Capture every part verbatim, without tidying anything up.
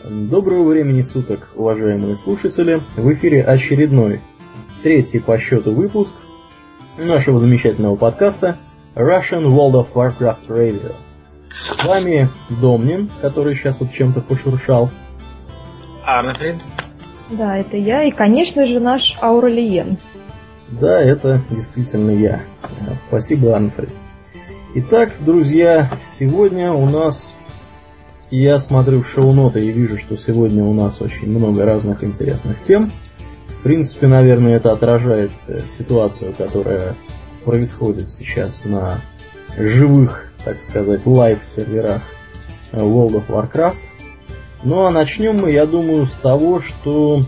Доброго времени суток, уважаемые слушатели. В эфире очередной, третий по счету выпуск нашего замечательного подкаста Russian World of Warcraft Radio. С вами Домнин, который сейчас вот чем-то пошуршал. Арнфрид. Да, это я, и, конечно же, наш Аурелиен. Да, это действительно я. Спасибо, Арнфрид. Итак, друзья, сегодня у нас... Я смотрю в шоу-ноты и вижу, что сегодня у нас очень много разных интересных тем. В принципе, наверное, это отражает ситуацию, которая происходит сейчас на живых, так сказать, лайв-серверах World of Warcraft. Ну а начнем мы, я думаю, с того, что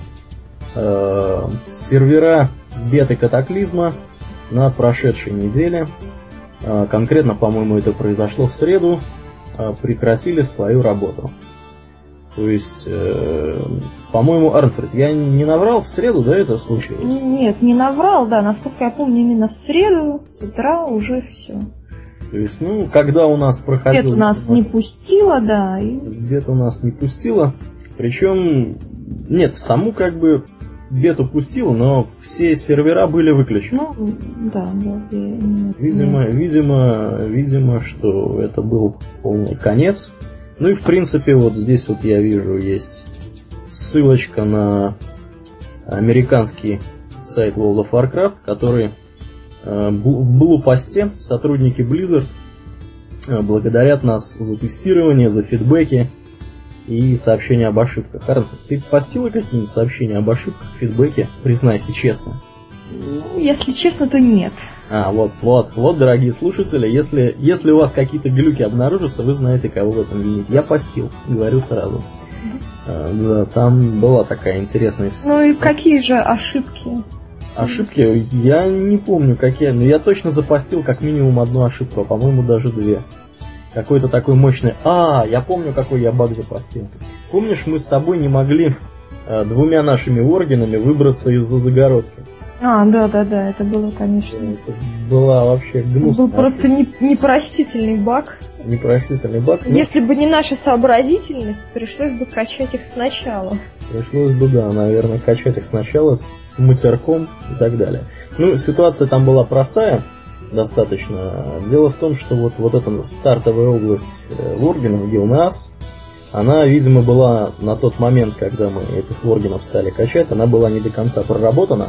э, сервера беты Катаклизма на прошедшей неделе, э, конкретно, по-моему, это произошло в среду, прекратили свою работу. То есть, э, по-моему, Арнфрид, я не наврал, в среду, да, это случилось? Нет, не наврал, да, насколько я помню, именно в среду, с утра уже все. То есть, ну, когда у нас проходил... Бет у нас не пустила, да. И... Бет у нас не пустила, причем, нет, саму как бы бету пустила, но все сервера были выключены. Ну, да, да. Я... Видимо, видимо, видимо, что это был полный конец. Ну и в принципе, вот здесь вот я вижу, есть ссылочка на американский сайт World of Warcraft, который э, в блу-посте сотрудники Blizzard э, благодарят нас за тестирование, за фидбэки и сообщения об ошибках. Арн, ты постила какие-нибудь сообщения об ошибках, фидбэке? Признайся честно. Ну, если честно, то нет. А, вот, вот, вот, дорогие слушатели, если, если у вас какие-то глюки обнаружатся, вы знаете, кого в этом винить. Я постил, говорю сразу. Mm-hmm. А, да, там была такая интересная система. Ну и какие же ошибки? Ошибки? Я не помню, какие, но я точно запостил как минимум одну ошибку, а по-моему даже две. Какой-то такой мощный... А, я помню, какой я баг запостил. Помнишь, мы с тобой не могли э, двумя нашими орденами выбраться из-за загородки? А, да-да-да, это было, конечно... Это была вообще гнусная... Это был просто не, непростительный баг. Непростительный баг. Но... Если бы не наша сообразительность, пришлось бы качать их сначала. Пришлось бы, да, наверное, качать их сначала с матерком и так далее. Ну, ситуация там была простая. Достаточно. Дело в том, что вот, вот эта стартовая область воргенов, Гилнаас, она, видимо, была на тот момент, когда мы этих воргенов стали качать, она была не до конца проработана.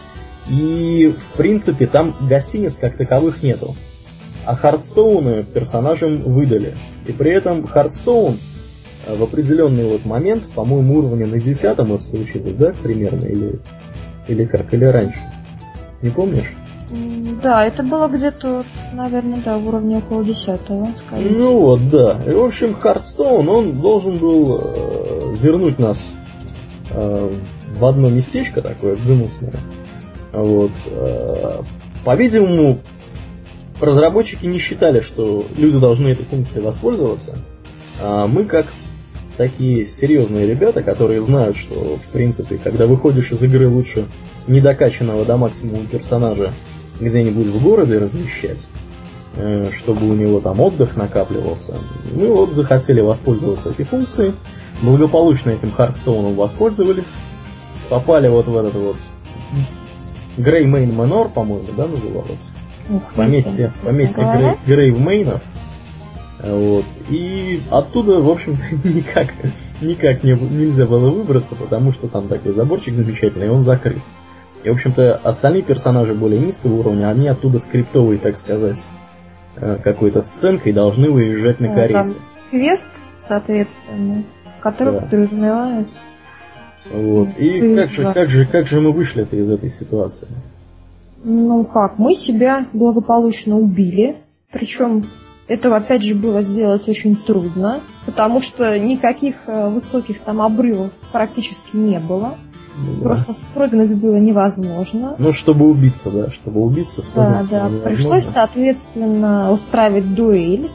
И, в принципе, там гостиниц как таковых нету. А Хардстоуны персонажам выдали. И при этом Хардстоун в определенный вот момент, по-моему, уровня на десятом это случилось, да, примерно, или, или как, или раньше. Не помнишь? Да, это было где-то, наверное, да, в уровне около десятого. Ну вот, да. И, в общем, Хардстоун, он должен был э, вернуть нас э, в одно местечко такое гнусное. Вот. Э, по-видимому, разработчики не считали, что люди должны этой функцией воспользоваться. А мы, как такие серьезные ребята, которые знают, что, в принципе, когда выходишь из игры, лучше недокачанного до максимума персонажа где-нибудь в городе размещать, чтобы у него там отдых накапливался. Мы вот захотели воспользоваться этой функцией, благополучно этим Хардстоуном воспользовались, попали вот в этот вот Греймейн Манор, по-моему, да, называлось? Ух, поместье, поместье Грейвмейнов. Вот. И оттуда, в общем-то, никак, никак не, нельзя было выбраться, потому что там такой заборчик замечательный, и он закрыт. И, в общем-то, остальные персонажи более низкого уровня, они оттуда скриптовые, так сказать, какой-то сценкой должны выезжать на Корейсе. Квест, соответственно, который да. подразумевает. Вот. И как же, как, же, как же мы вышли-то из этой ситуации? Ну как, мы себя благополучно убили, причем это, опять же, было сделать очень трудно, потому что никаких высоких там обрывов практически не было. Да. Просто спрыгнуть было невозможно. Ну, чтобы убиться, да, чтобы убиться, спрыгнуть. Да, да, пришлось, соответственно, устраивать дуэль,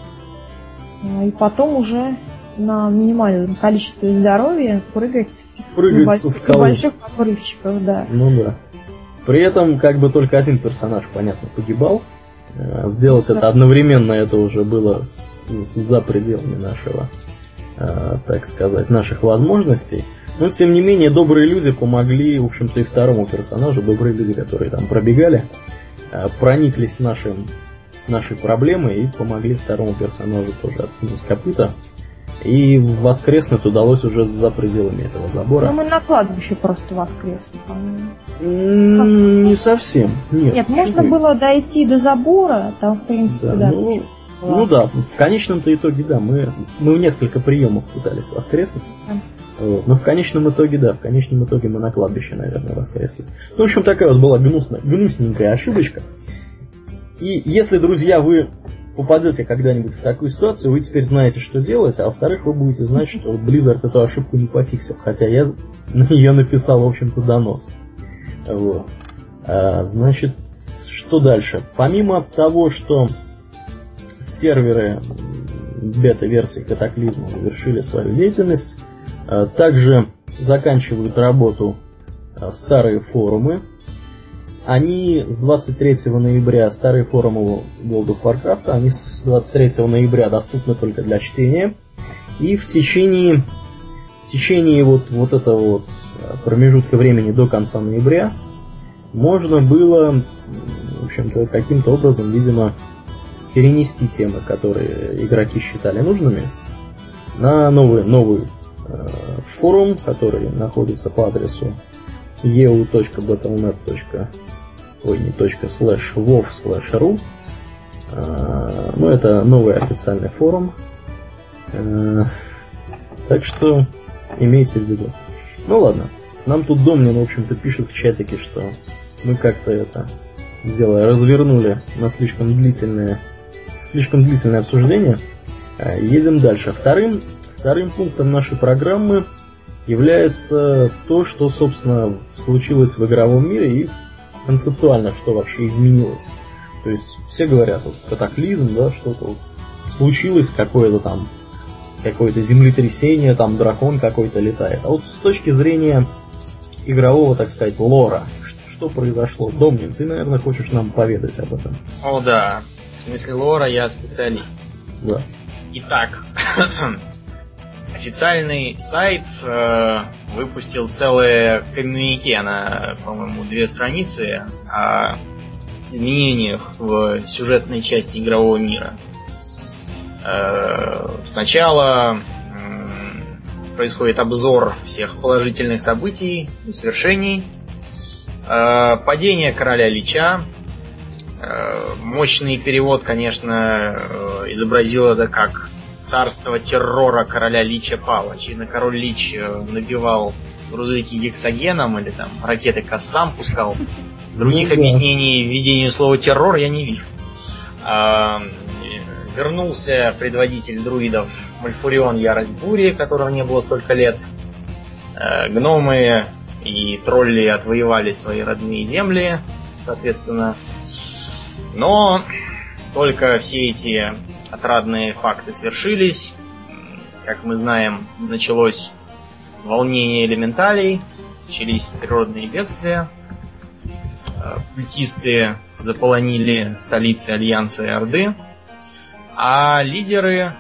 и потом уже на минимальном количестве здоровья прыгать в прыгать небольших, со скалы. небольших обрывчиках, да. Ну да. При этом, как бы, только один персонаж, понятно, погибал. Сделать это одновременно, это уже было с, с, за пределами нашего так сказать, наших возможностей. Но, тем не менее, добрые люди помогли, в общем-то, и второму персонажу. Добрые люди, которые там пробегали, прониклись нашим, нашей проблемой и помогли второму персонажу тоже откинуть копыта. И воскреснуть удалось уже за пределами этого забора. Ну, мы на кладбище просто воскресли, по-моему. Не совсем. Нет, Нет, можно вы? было дойти до забора, там, в принципе, да. да. Ну, ну да, в конечном-то итоге, да, мы, мы в несколько приемов пытались воскреснуть. Да. Вот. Но в конечном итоге, да, в конечном итоге мы на кладбище, наверное, воскресли. Ну, в общем, такая вот была гнусная, гнусненькая ошибочка. И если, друзья, вы попадете когда-нибудь в такую ситуацию, вы теперь знаете, что делать, а во-вторых, вы будете знать, что Blizzard эту ошибку не пофиксил, хотя я на нее написал, в общем-то, донос. Вот. А, значит, что дальше? Помимо того, что серверы бета-версии Катаклизма завершили свою деятельность, а, также заканчивают работу а, старые форумы. Они с двадцать третьего ноября, старые форумы World of Warcraft, они с двадцать третьего ноября доступны только для чтения. И в течение, в течение вот, вот этого вот промежутка времени до конца ноября можно было, в общем-то, каким-то образом, видимо, перенести темы, которые игроки считали нужными, на новый, новый э, форум, который находится по адресу и ю точка бэтлнет точка слэш вов слэш ру. Ну, это новый официальный форум. Так что имейте в виду. Ну ладно, нам тут Домнин, в общем-то, пишет в чатике, что мы как-то это дело развернули на слишком длительное, слишком длительное обсуждение. Едем дальше. Вторым, вторым пунктом нашей программы является то, что, собственно, случилось в игровом мире и концептуально, что вообще изменилось. То есть все говорят, вот, катаклизм, да, что-то вот случилось, какое-то там, какое-то землетрясение, там дракон какой-то летает. А вот с точки зрения игрового, так сказать, лора, что произошло? Домнин, ты, наверное, хочешь нам поведать об этом? О, да. В смысле лора я специалист. Да. Итак, официальный сайт э, выпустил целое коммюнике на, по-моему, две страницы о изменениях в сюжетной части игрового мира. Э, сначала э, происходит обзор всех положительных событий и свершений. Э, падение короля Лича. Э, мощный перевод, конечно, э, изобразил это как царство террора короля Лича пало. Очевидно, король Лич набивал грузовики гексогеном или там ракеты Кассам пускал. Других ну, да. объяснений введению слова террор я не вижу. А, вернулся предводитель друидов Мальфурион Ярость Бури, которого не было столько лет. А, гномы и тролли отвоевали свои родные земли, соответственно. Но только все эти отрадные факты свершились. Как мы знаем, началось волнение элементалей, начались природные бедствия. Культисты заполонили столицы Альянса и Орды, а лидеры,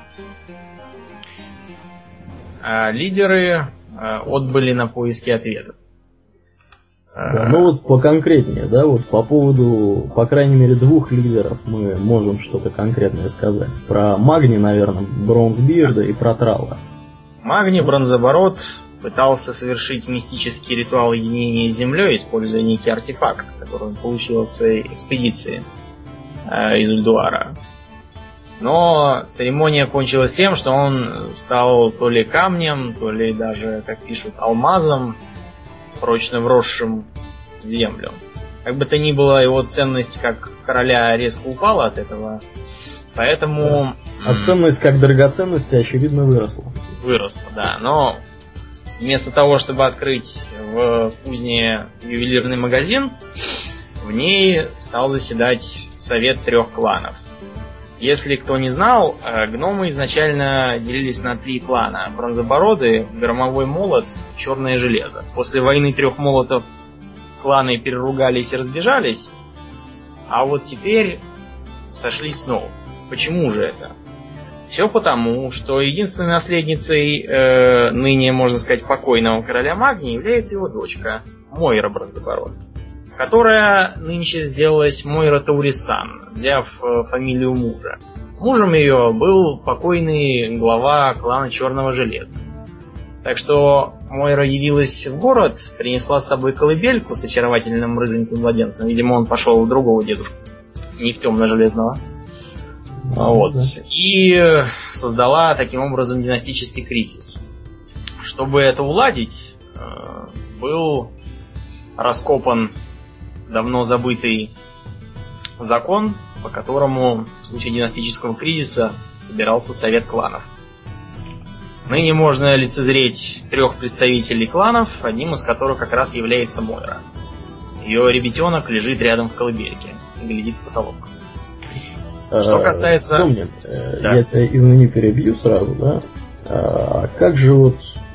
а лидеры отбыли на поиски ответов. Да, ну вот поконкретнее, да, вот по поводу, по крайней мере, двух лидеров мы можем что-то конкретное сказать. Про Магни, наверное, Бронзбирда и про Тралла. Магни, Бронзоборот, пытался совершить мистический ритуал единения с землей, используя некий артефакт, который он получил от своей экспедиции э, из Ульдуара. Но церемония кончилась тем, что он стал то ли камнем, то ли даже, как пишут, алмазом, прочно вросшим в землю. Как бы то ни было, его ценность как короля резко упала от этого, поэтому... А ценность как драгоценности, очевидно, выросла. Выросла, да, но вместо того, чтобы открыть в кузне ювелирный магазин, в ней стал заседать совет трех кланов. Если кто не знал, гномы изначально делились на три клана. Бронзобороды, Громовой молот, Черное железо. После войны трех молотов кланы переругались и разбежались, а вот теперь сошлись снова. Почему же это? Все потому, что единственной наследницей э, ныне, можно сказать, покойного короля Магни является его дочка Мойра Бронзобород, которая нынче сделалась Мойра Таурисан, взяв э, фамилию мужа. Мужем ее был покойный глава клана Черного Железа. Так что Мойра явилась в город, принесла с собой колыбельку с очаровательным рыженьким младенцем. Видимо, он пошел в другого дедушку, не в темно-железного. Вот. И создала таким образом династический кризис. Чтобы это уладить, был раскопан давно забытый закон, по которому в случае династического кризиса собирался совет кланов. Ныне можно лицезреть трех представителей кланов, одним из которых как раз является Мойра. Ее ребятенок лежит рядом в колыбельке и глядит в потолок. Что касается... Помню, да. Я тебя, извини, перебью сразу, да? А как же вот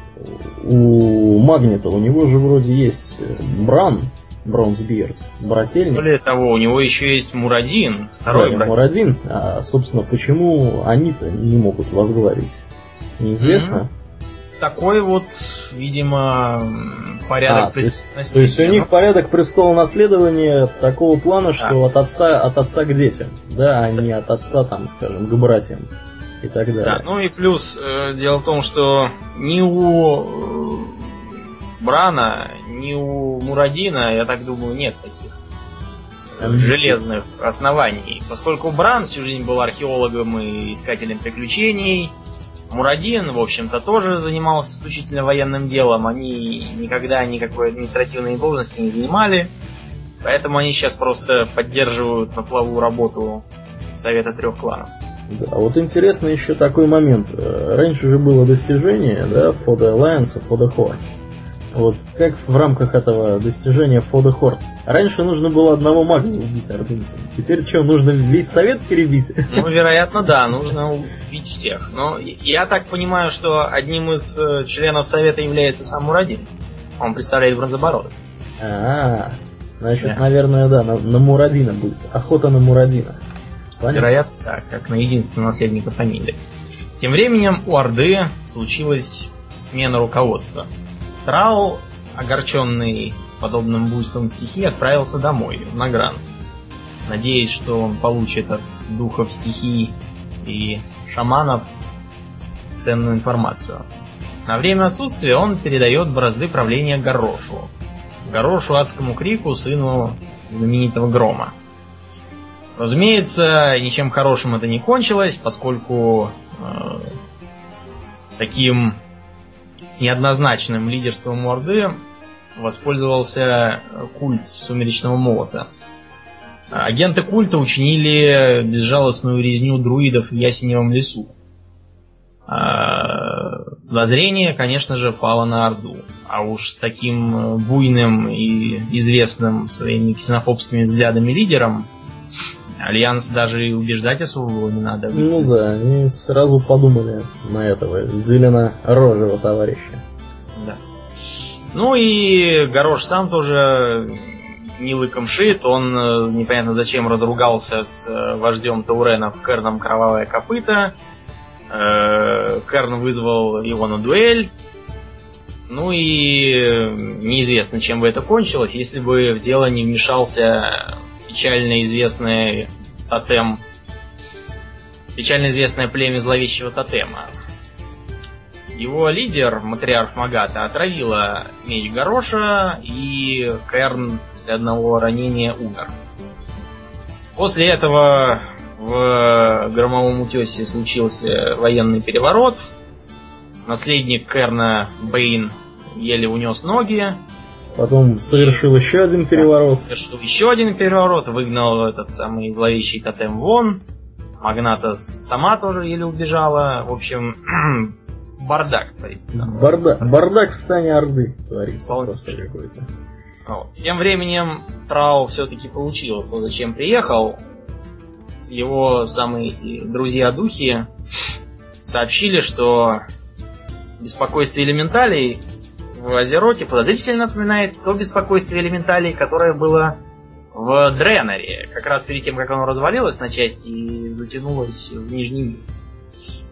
у Магнита, у него же вроде есть Бран, Бронзбирд, брательник. Более того, у него еще есть Мурадин, второй да, брат. Мурадин, а, собственно, почему они-то не могут возглавить? Неизвестно. Mm-hmm. Такой вот, видимо, порядок а, престолонаследования. То есть у них порядок престолонаследования такого плана, что да. от отца от отца к детям, да, а не от отца, там, скажем, к братьям и так далее. Да, ну и плюс, э, дело в том, что ни у э, Брана, ни у Мурадина, я так думаю, нет таких э, железных оснований. Поскольку Бран всю жизнь был археологом и искателем приключений, Мурадин, в общем-то, тоже занимался исключительно военным делом. Они никогда никакой административной должности не занимали. Поэтому они сейчас просто поддерживают на плаву работу Совета Трех Кланов. Да, вот интересно еще такой момент. Раньше же было достижение, да, for the Alliance, for the Horde. Вот как в рамках этого достижения for the Horde. Раньше нужно было одного мага убить ордынцем. Теперь что, нужно весь совет перебить? Ну, вероятно, да, нужно убить всех. Но я так понимаю, что одним из членов совета является сам Мурадин. Он представляет Бронзобородых. А, значит, да. наверное, да, на, на Мурадина будет. Охота на Мурадина. Понятно? Вероятно, да, как на единственного наследника фамилии. Тем временем у Орды случилась смена руководства. Трал, огорченный подобным буйством стихий, отправился домой, в Награн, надеясь, что он получит от духов стихий и шаманов ценную информацию. На время отсутствия он передает бразды правления Горошу. Горошу Адскому Крику, сыну знаменитого Грома. Разумеется, ничем хорошим это не кончилось, поскольку э, таким неоднозначным лидерством Орды воспользовался культ Сумеречного Молота. Агенты культа учинили безжалостную резню друидов в Ясеневом лесу. Воззрение, конечно же, пало на Орду. А уж с таким буйным и известным своими ксенофобскими взглядами лидером Альянс даже и убеждать особо было не надо. Ну да, они сразу подумали на этого зелено-рожего товарища. Да. Ну и Горош сам тоже не лыком шит. Он непонятно зачем разругался с вождем Тауренов Керном Кровавое Копыто. Керн вызвал его на дуэль. Ну и неизвестно, чем бы это кончилось, если бы в дело не вмешался печально известный тотем, печально известное племя зловещего тотема. Его лидер, матриарх Магата, отравила меч Гороша, и Керн после одного ранения умер. После этого в Громовом утесе случился военный переворот. Наследник Керна, Бэйн, еле унес ноги. Потом совершил еще один переворот. Совершил еще один переворот, выгнал этот самый зловещий тотем вон. Магната сама тоже еле убежала. В общем, бардак творится. Бардак, бардак в стане Орды творится. Просто какой-то. Вот. Тем временем Трау все-таки получил то, зачем приехал. Его самые эти друзья-духи сообщили, что беспокойство элементалей в Азероте подозрительно напоминает то беспокойство элементалей, которое было в Дренере, как раз перед тем, как оно развалилось на части и затянулось в Нижний мир.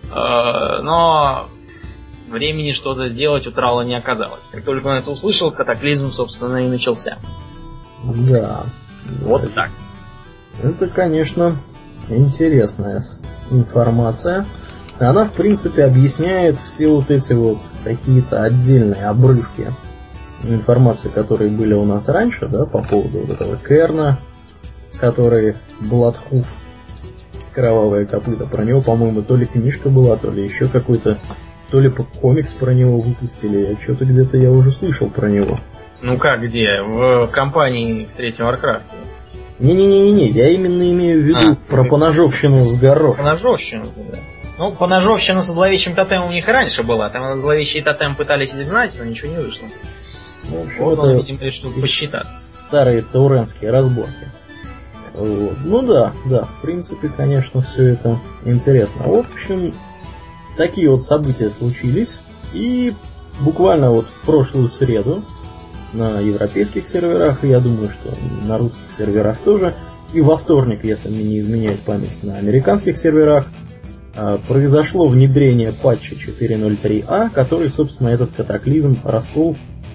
Но времени что-то сделать у Траула не оказалось. Как только он это услышал, катаклизм, собственно, и начался. Да. Вот да. так. Это, конечно, интересная информация. Она, в принципе, объясняет все вот эти вот какие-то отдельные обрывки информации, которые были у нас раньше, да, по поводу вот этого Керна, который Бладхуф, кровавое копыто. Про него, по-моему, то ли книжка была, то ли еще какой-то, то ли комикс про него выпустили. Что-то где-то я уже слышал про него. Ну как где? В компании в третьем Варкрафте. Не-не-не-не, я именно имею в виду а, про поножовщину с горох. Поножовщину, да. Ну, поножовщина со зловещим тотемом у них и раньше была. Там зловещий тотем пытались изгнать, но ничего не вышло. Ну, в общем, вот это он, видимо, решил посчитаться. Старые тауренские разборки. Вот. Ну да, да, в принципе, конечно, все это интересно. В общем, такие вот события случились. И буквально вот в прошлую среду на европейских серверах, и я думаю, что на русских серверах тоже, и во вторник, если мне не изменяет память, на американских серверах произошло внедрение патча четыре ноль три а, который, собственно, этот катаклизм, раскол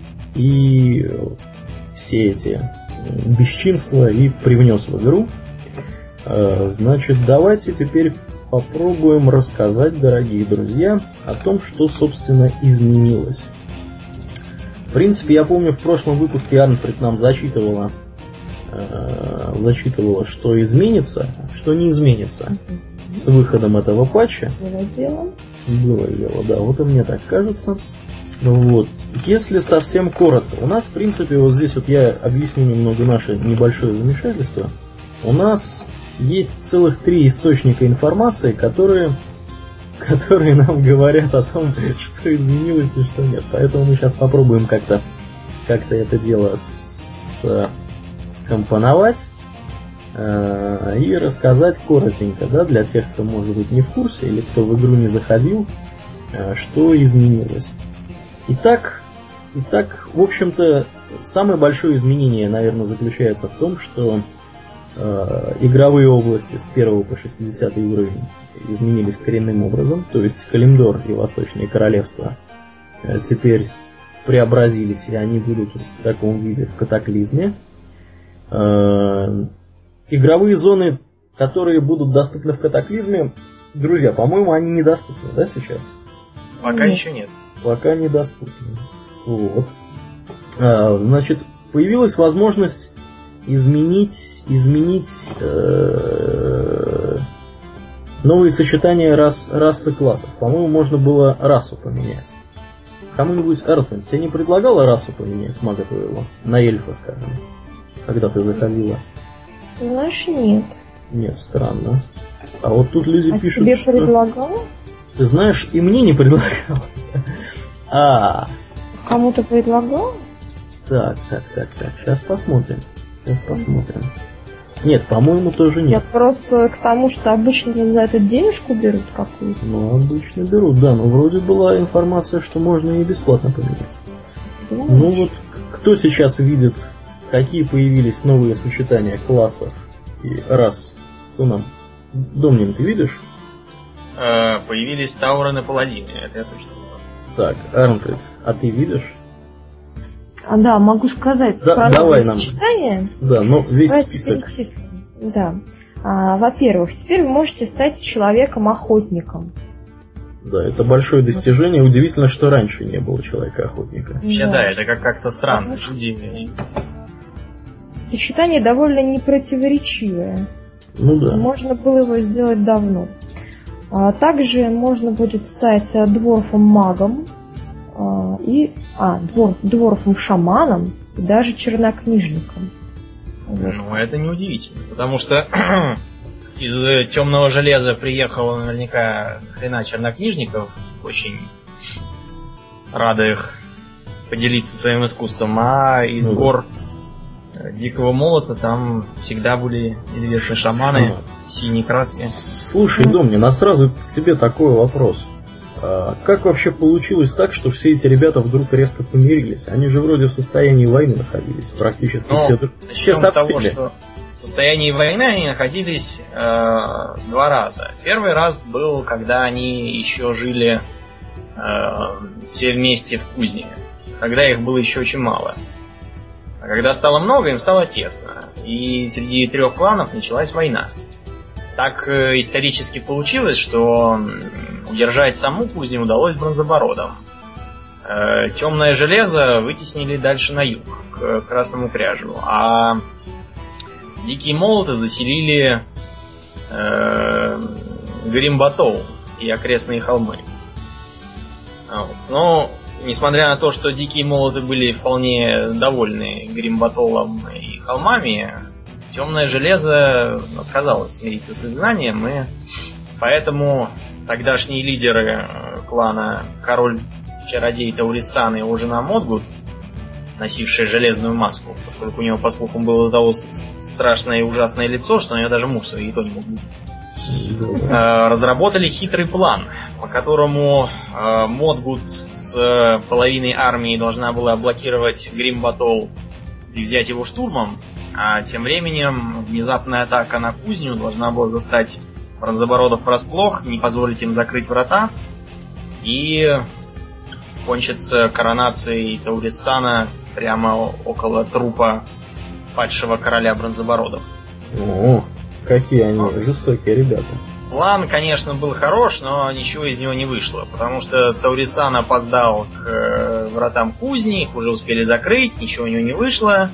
и все эти бесчинства и привнес в игру. Значит, давайте теперь попробуем рассказать, дорогие друзья, о том, что, собственно, изменилось. В принципе, я помню, в прошлом выпуске Арнфрид нам зачитывала, э, зачитывала, что изменится, что не изменится с выходом этого патча. Было дело. Было дело, да, вот и мне так кажется. Вот. Если совсем коротко, у нас, в принципе, вот здесь вот я объясню немного наше небольшое замешательство. У нас есть целых три источника информации, которые... которые нам говорят о том, что изменилось и что нет. Поэтому мы сейчас попробуем как-то как-то это дело с, скомпоновать э, и рассказать коротенько, да, для тех, кто, может быть, не в курсе или кто в игру не заходил, э, что изменилось. Итак, итак, в общем-то, самое большое изменение, наверное, заключается в том, что э, игровые области с первого по шестидесятый уровень изменились коренным образом, то есть Калимдор и Восточные Королевства э, теперь преобразились, и они будут в таком виде в катаклизме. Э, игровые зоны, которые будут доступны в катаклизме, друзья, по-моему, они недоступны, да, сейчас? Пока нет. Еще нет. Пока недоступны. Вот. А, значит, появилась возможность изменить, изменить э, новые сочетания рас, рас и классов. По-моему, можно было расу поменять. Кому-нибудь, Эртвин, тебе не предлагала расу поменять, мага твоего? На эльфа, скажем. Когда ты заходила? Знаешь, нет. Нет, странно. А вот тут люди а пишут, тебе что... предлагала? Ты знаешь, и мне не предлагала. А. Кому-то предлагал? Так, так, так, так. Сейчас посмотрим. Сейчас посмотрим. Нет, по-моему, тоже нет. Я просто к тому, что обычно за это денежку берут какую-то. Ну, обычно берут, да. Но вроде была информация, что можно и бесплатно поменять. Думаешь? Ну вот, кто сейчас видит, какие появились новые сочетания классов и рас? Кто нам? Домнин, ты видишь? Появились Таурен и Паладины, это я точно знаю. Так, Арнфрид, а ты видишь? А, да, могу сказать. Да, про давай нам. Сочетание. Да, но весь Давайте список. Да. А, во-первых, теперь вы можете стать человеком-охотником. Да, это большое достижение. Удивительно, что раньше не было человека-охотника. Вообще, да, да это как- как-то странно. Удивительно. Сочетание довольно непротиворечивое. Ну да. Можно было его сделать давно. А также можно будет стать дворфом-магом а, и а, двор, дворфом-шаманом и даже чернокнижником. Вот. Ну, это неудивительно, потому что из темного железа приехало наверняка хрена чернокнижников, очень рада их поделиться своим искусством, а из ну, гор Дикого Молота там всегда были известны шаманы, шаман. Синие краски. Слушай, Домнин, а сразу к тебе такой вопрос. А как вообще получилось так, что все эти ребята вдруг резко помирились? Они же вроде в состоянии войны находились, практически Но все, все со того, всеми. что состоянии войны они находились э, два раза. Первый раз был, когда они еще жили э, все вместе в кузне, когда их было еще очень мало. А когда стало много, им стало тесно. И среди трех кланов началась война. Так э, исторически получилось, что удержать саму кузню удалось бронзобородам. Э, темное железо вытеснили дальше на юг, к Красному Кряжу. А дикие молоты заселили э, Гримбатол и окрестные холмы. Вот. Но, несмотря на то, что дикие молоты были вполне довольны Гримбатолом и холмами, темное железо отказалось смириться с изгнанием, и поэтому тогдашние лидеры клана король-чародей Таурисан и его жена Модгут, носившая железную маску, поскольку у него, по слухам, было того страшное и ужасное лицо, что у нее даже муж свой и то не мог быть, разработали хитрый план, по которому Модгут с половиной армии должна была блокировать Гримбатол и взять его штурмом, а тем временем внезапная атака на кузню должна была застать бронзобородов врасплох, не позволить им закрыть врата и кончится коронацией Таурисана прямо около трупа падшего короля бронзобородов. О, какие они ну, жестокие ребята. План, конечно, был хорош, но ничего из него не вышло, потому что Таурисан опоздал к э, вратам кузни, их уже успели закрыть, ничего у него не вышло.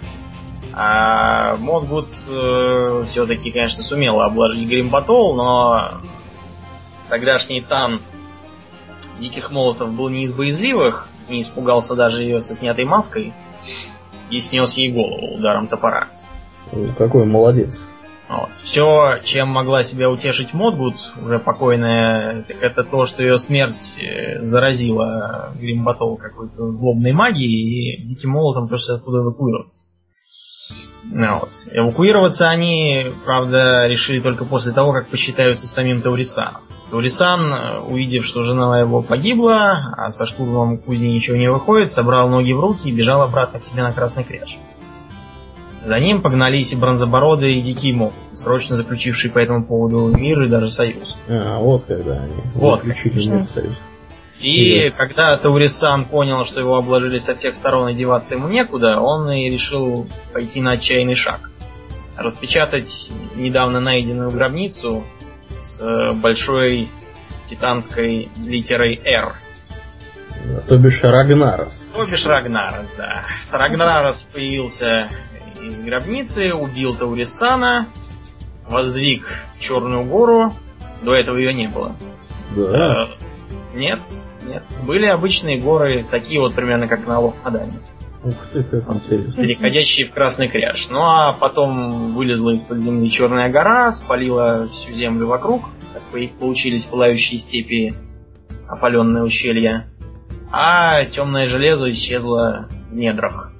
А Модгут э, все-таки, конечно, сумела обложить Гримбатол, но тогдашний тан диких молотов был не из боязливых, не испугался даже ее со снятой маской и снес ей голову ударом топора. Какой молодец. Вот. Все, чем могла себя утешить Модгут, уже покойная, так это то, что ее смерть заразила Гримбатол какой-то злобной магией, и диким молотом пришлось оттуда эвакуироваться. Вот. Эвакуироваться они, правда, решили только после того, как посчитаются с самим Таурисаном. Таурисан, увидев, что жена его погибла, а со штурмом кузни ничего не выходит, собрал ноги в руки и бежал обратно к себе на Красный Кряж. За ним погнались и бронзобороды, и дикий молот, срочно заключивший по этому поводу мир и даже союз. А, вот когда они вот. заключили мир и союз. И да. Когда Таурисан понял, что его обложили со всех сторон и деваться ему некуда, он и решил пойти на отчаянный шаг. Распечатать недавно найденную гробницу с большой титанской литерой «Р». Да, то бишь Рагнарос. То бишь Рагнарос, да. Рагнарос появился из гробницы, убил Таурисана, воздвиг Черную гору. До этого ее не было. Да. Э, нет, нет. Были обычные горы, такие вот примерно как на Лох-Адаме. Ух ты, как интересно. Переходящие в Красный Кряж. Ну а потом вылезла из-под земли Черная гора, спалила всю землю вокруг. Так получились пылающие степи, опаленные ущелья. А темное железо исчезло в недрах,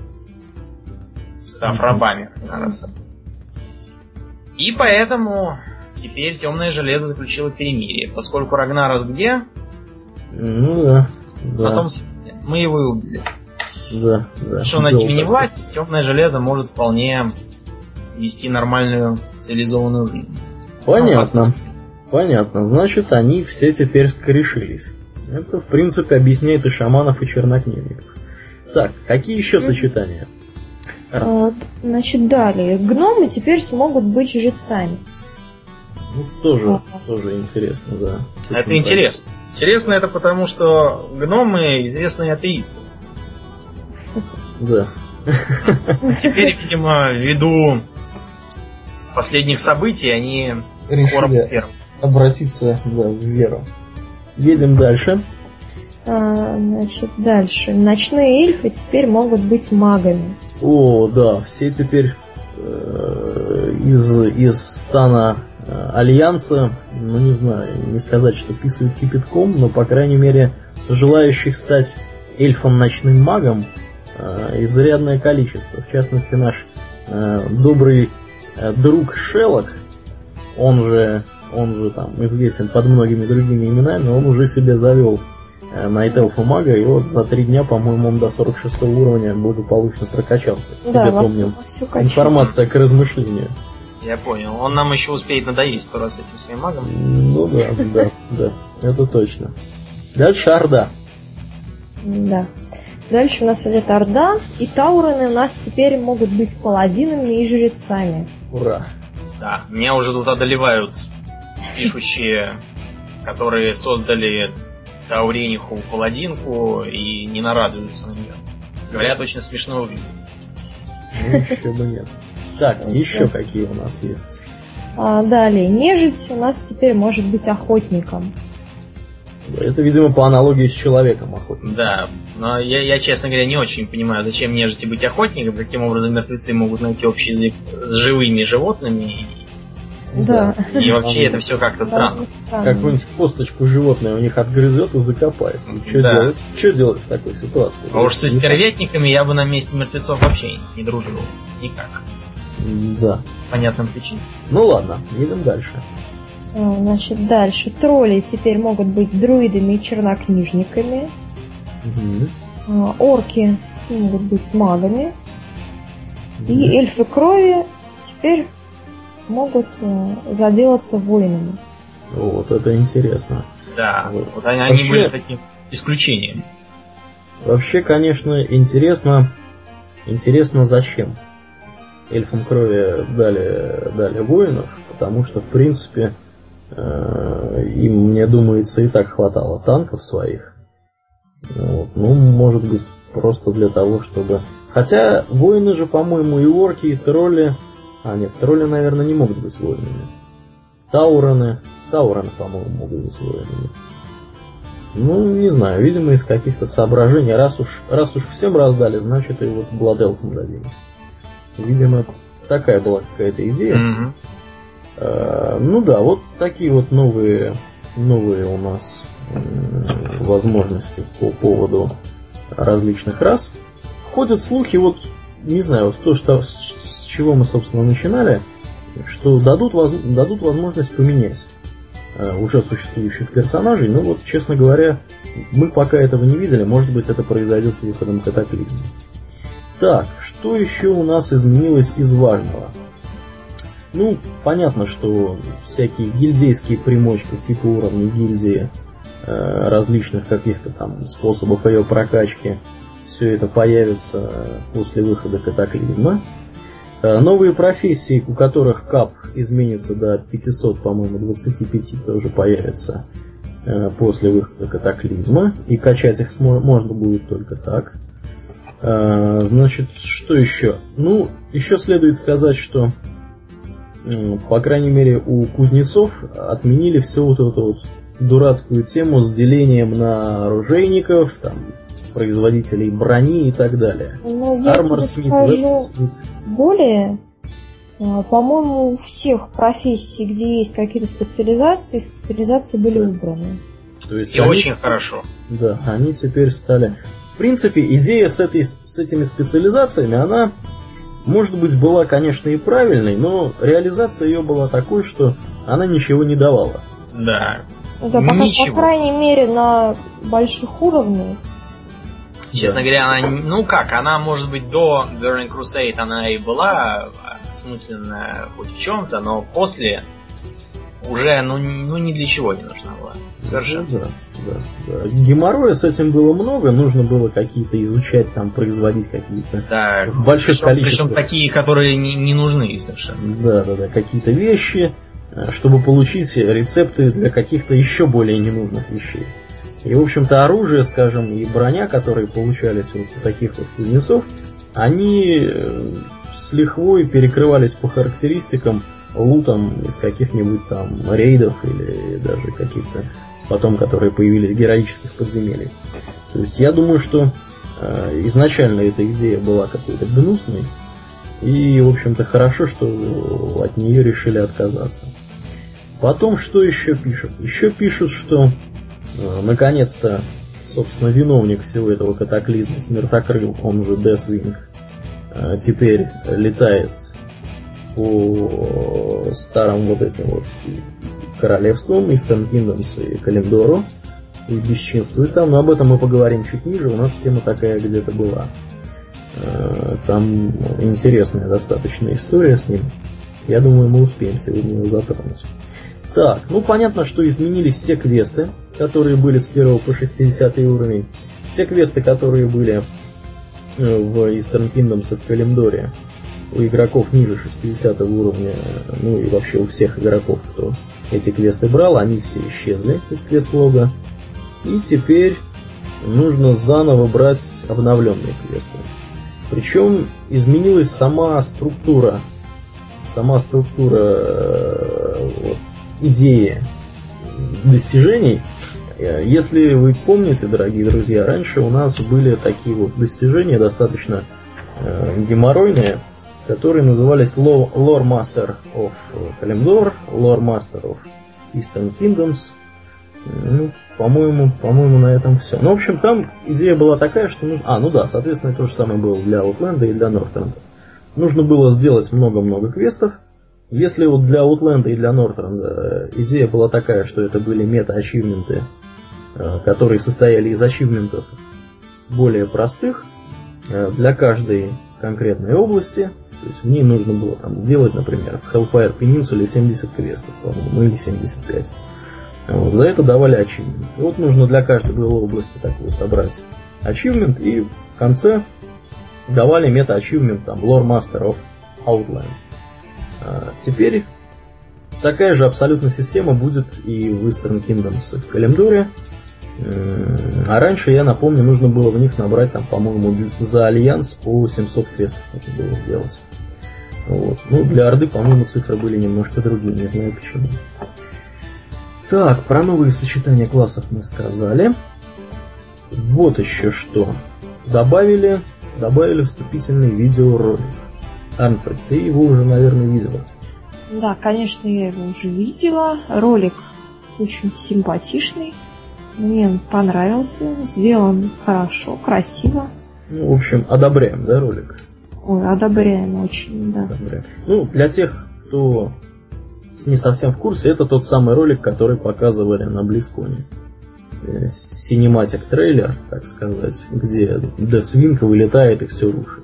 став рабами Рагнароса. И поэтому теперь темное железо заключило перемирие. Поскольку Рагнарос где? Ну да. да. Потом мы его и убили. Да, да. Что над ними не власть, темное железо может вполне вести нормальную цивилизованную жизнь. Понятно. Понятно. Значит, они все теперь скорешились. Это, в принципе, объясняет и шаманов, и чернокнижников. Так, какие еще сочетания? А, значит, далее. Гномы теперь смогут быть жрецами. Ну, тоже, а. тоже интересно, да. Это Очень интересно. Так. Интересно это потому, что гномы известные атеисты. Да. Теперь, видимо, ввиду последних событий, они решили обратиться да, в веру. Едем дальше. А, значит, дальше. Ночные эльфы теперь могут быть магами. О, да, все теперь э, из, из стана э, Альянса, ну не знаю, не сказать, что писают кипятком, но, по крайней мере, желающих стать эльфом ночным магом э, изрядное количество. В частности, наш э, добрый э, друг Шеллок, он же, он же там известен под многими другими именами, он уже себе завел Найт Эльфа Мага, и вот за три дня, по-моему, он до сорок шестого уровня благополучно прокачался. Да, Тебе помним. Информация к размышлению. Я понял. Он нам еще успеет надоесть сто раз этим своим магом. Ну да, да, да, это точно. Дальше Орда. Да. Дальше у нас идет Орда, и Таурены у нас теперь могут быть паладинами и жрецами. Ура! Да, меня уже тут одолевают пишущие, которые создали Таурениху паладинку и не нарадуются на нее. Говорят, очень смешно выглядит. Ну, еще бы нет. Так, еще какие у нас есть? А, далее, нежить у нас теперь может быть охотником. Это, видимо, по аналогии с человеком охотник. Да, но я, я, честно говоря, не очень понимаю, зачем нежити быть охотником, каким образом мертвецы могут найти общий язык с живыми животными. Да. И вообще это все как-то странно. Какую-нибудь косточку животное у них отгрызет и закопает. Ну, что да. делать? Что делать в такой ситуации? А уж со стервятниками я бы на месте мертвецов вообще не дружил. Никак. Да. Понятным причинам. Ну ладно, едем дальше. Значит, дальше. Тролли теперь могут быть друидами и чернокнижниками. Угу. Орки могут быть магами. Угу. И эльфы крови теперь могут заделаться воинами. Вот, это интересно. Да, вот, вот они, вообще, они были таким исключением. Вообще, конечно, интересно, интересно зачем эльфам крови дали, дали воинов, потому что, в принципе, э, им, мне думается, и так хватало танков своих. Вот. Ну, может быть, просто для того, чтобы... Хотя воины же, по-моему, и орки, и тролли... А, нет, тролли, наверное, не могут быть воинами. Таурены... Таурены, по-моему, могут быть воинами. Ну, не знаю, видимо, из каких-то соображений. Раз уж, раз уж всем раздали, значит, и вот Blood Elf'ам дадим. Видимо, такая была какая-то идея. Mm-hmm. А, ну да, вот такие вот новые, новые у нас м- возможности по поводу различных рас. Ходят слухи, вот, не знаю, то, что, с чего мы, собственно, начинали, что дадут, воз, дадут возможность поменять э, уже существующих персонажей, но вот, честно говоря, мы пока этого не видели, может быть, это произойдет с выходом Катаклизма. Так, что еще у нас изменилось из важного? Ну, понятно, что всякие гильдейские примочки типа уровней гильдии, э, различных каких-то там способов ее прокачки, все это появится после выхода Катаклизма. Э, новые профессии, у которых кап изменится до пятьсот, по-моему, двадцать пять, тоже появятся э, после выхода Катаклизма. И качать их смо- можно будет только так. Значит, что еще? Ну, еще следует сказать, что, по крайней мере, у кузнецов отменили всю вот эту вот дурацкую тему с делением на оружейников, там, производителей брони и так далее. Ну, я Armor тебе скажу более, по-моему, у всех профессий, где есть какие-то специализации, специализации были да. убраны. То есть и они, очень хорошо. Да, они теперь стали... В принципе, идея с, этой, с этими специализациями, она, может быть, была, конечно, и правильной, но реализация ее была такой, что она ничего не давала. Да. Да, пока, по крайней мере, на больших уровнях. Честно да. говоря, она, ну как, она, может быть, до Burning Crusade она и была осмысленная хоть в чем-то, но после уже, ну, ну ни для чего не нужна была. Совершенно. Да, да, да. Геморроя с этим было много, нужно было какие-то изучать, там, производить какие-то да, в больших причем, количествах. Причем такие, которые не, не нужны совершенно. Да, да, да, какие-то вещи, чтобы получить рецепты для каких-то еще более ненужных вещей. И, в общем-то, оружие, скажем, и броня, которые получались вот у таких вот кузнецов, они с лихвой перекрывались по характеристикам лутом из каких-нибудь там рейдов или даже каких-то потом, которые появились в героических подземельях. То есть я думаю, что э, изначально эта идея была какой-то гнусной, и, в общем-то, хорошо, что от нее решили отказаться. Потом, что еще пишут? Еще пишут, что э, наконец-то, собственно, виновник всего этого катаклизма, Смертокрыл, он же Deathwing, э, теперь летает по старым вот этим вот королевствам, Eastern Kingdoms и Калимдору. и бесчинствует там, но об этом мы поговорим чуть ниже, у нас тема такая где-то была. Там интересная достаточно история с ним. Я думаю, мы успеем сегодня его затронуть. Так, ну понятно, что изменились все квесты, которые были с первого по шестидесятый уровень. Все квесты, которые были в Eastern Kingdoms от Калимдоре у игроков ниже шестидесятого уровня, ну и вообще у всех игроков, кто эти квесты брал, они все исчезли из квест-лога. И теперь нужно заново брать обновленные квесты. Причем изменилась сама структура, сама структура вот, идеи достижений. Если вы помните, дорогие друзья, раньше у нас были такие вот достижения достаточно э, геморройные, которые назывались Lore Master of Kalimdor, Lore Master of Eastern Kingdoms. Ну, по-моему, по-моему, на этом все. Ну, в общем, там идея была такая, что... Ну, а, ну да, соответственно, то же самое было для Outland и для Northrend. Нужно было сделать много-много квестов. Если вот для Outland и для Northrend идея была такая, что это были мета-ачивменты, которые состояли из ачивментов более простых для каждой конкретной области. То есть в ней нужно было там сделать, например, в Hellfire Peninsula семьдесят квестов, по-моему, или семьдесят пять. Вот, за это давали ачивмент. И вот нужно для каждой было области такую собрать ачивмент, и в конце давали мета-ачивмент там Lore Master of Outland. А теперь такая же абсолютно система будет и в Eastern Kingdoms в Калимдоре. А раньше, я напомню, нужно было в них набрать, там, по-моему, за Альянс по семьсот квестов нужно было сделать. Вот. Ну, для Орды, по-моему, цифры были немножко другие, не знаю почему. Так, про новые сочетания классов мы сказали. Вот еще что. Добавили, добавили вступительный видеоролик. Арнфред, ты его уже, наверное, видела. Да, конечно, я его уже видела. Ролик очень симпатичный. Мне он понравился. Сделан хорошо, красиво. Ну, в общем, одобряем, да, ролик? Ой, одобряем очень, да. Одобряем. Ну, для тех, кто не совсем в курсе, это тот самый ролик, который показывали на BlizzCon. Синематик трейлер, так сказать, где Deathwing вылетает и все рушит.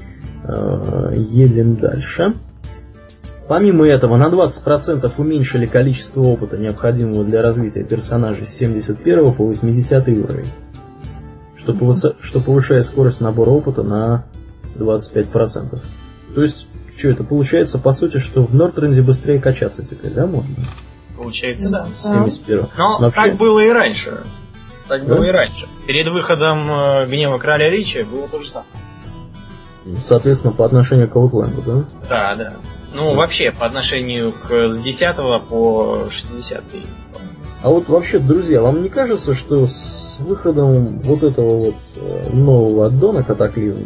Едем дальше. Помимо этого, на двадцать процентов уменьшили количество опыта, необходимого для развития персонажей с семьдесят первого по восьмидесятый уровень, что, повыша... что повышает скорость набора опыта на двадцать пять процентов. То есть, что это получается, по сути, что в Нортренде быстрее качаться теперь, да, можно? Получается, да. С семьдесят первого. Но вообще... так было и раньше. Так да? было и раньше. Перед выходом э, Гнева Короля Лича было то же самое. Соответственно, по отношению к Outland, да? Да, да. Ну, да. Вообще, по отношению к с десятого по шестидесятый. А вот вообще, друзья, вам не кажется, что с выходом вот этого вот нового аддона Катаклизм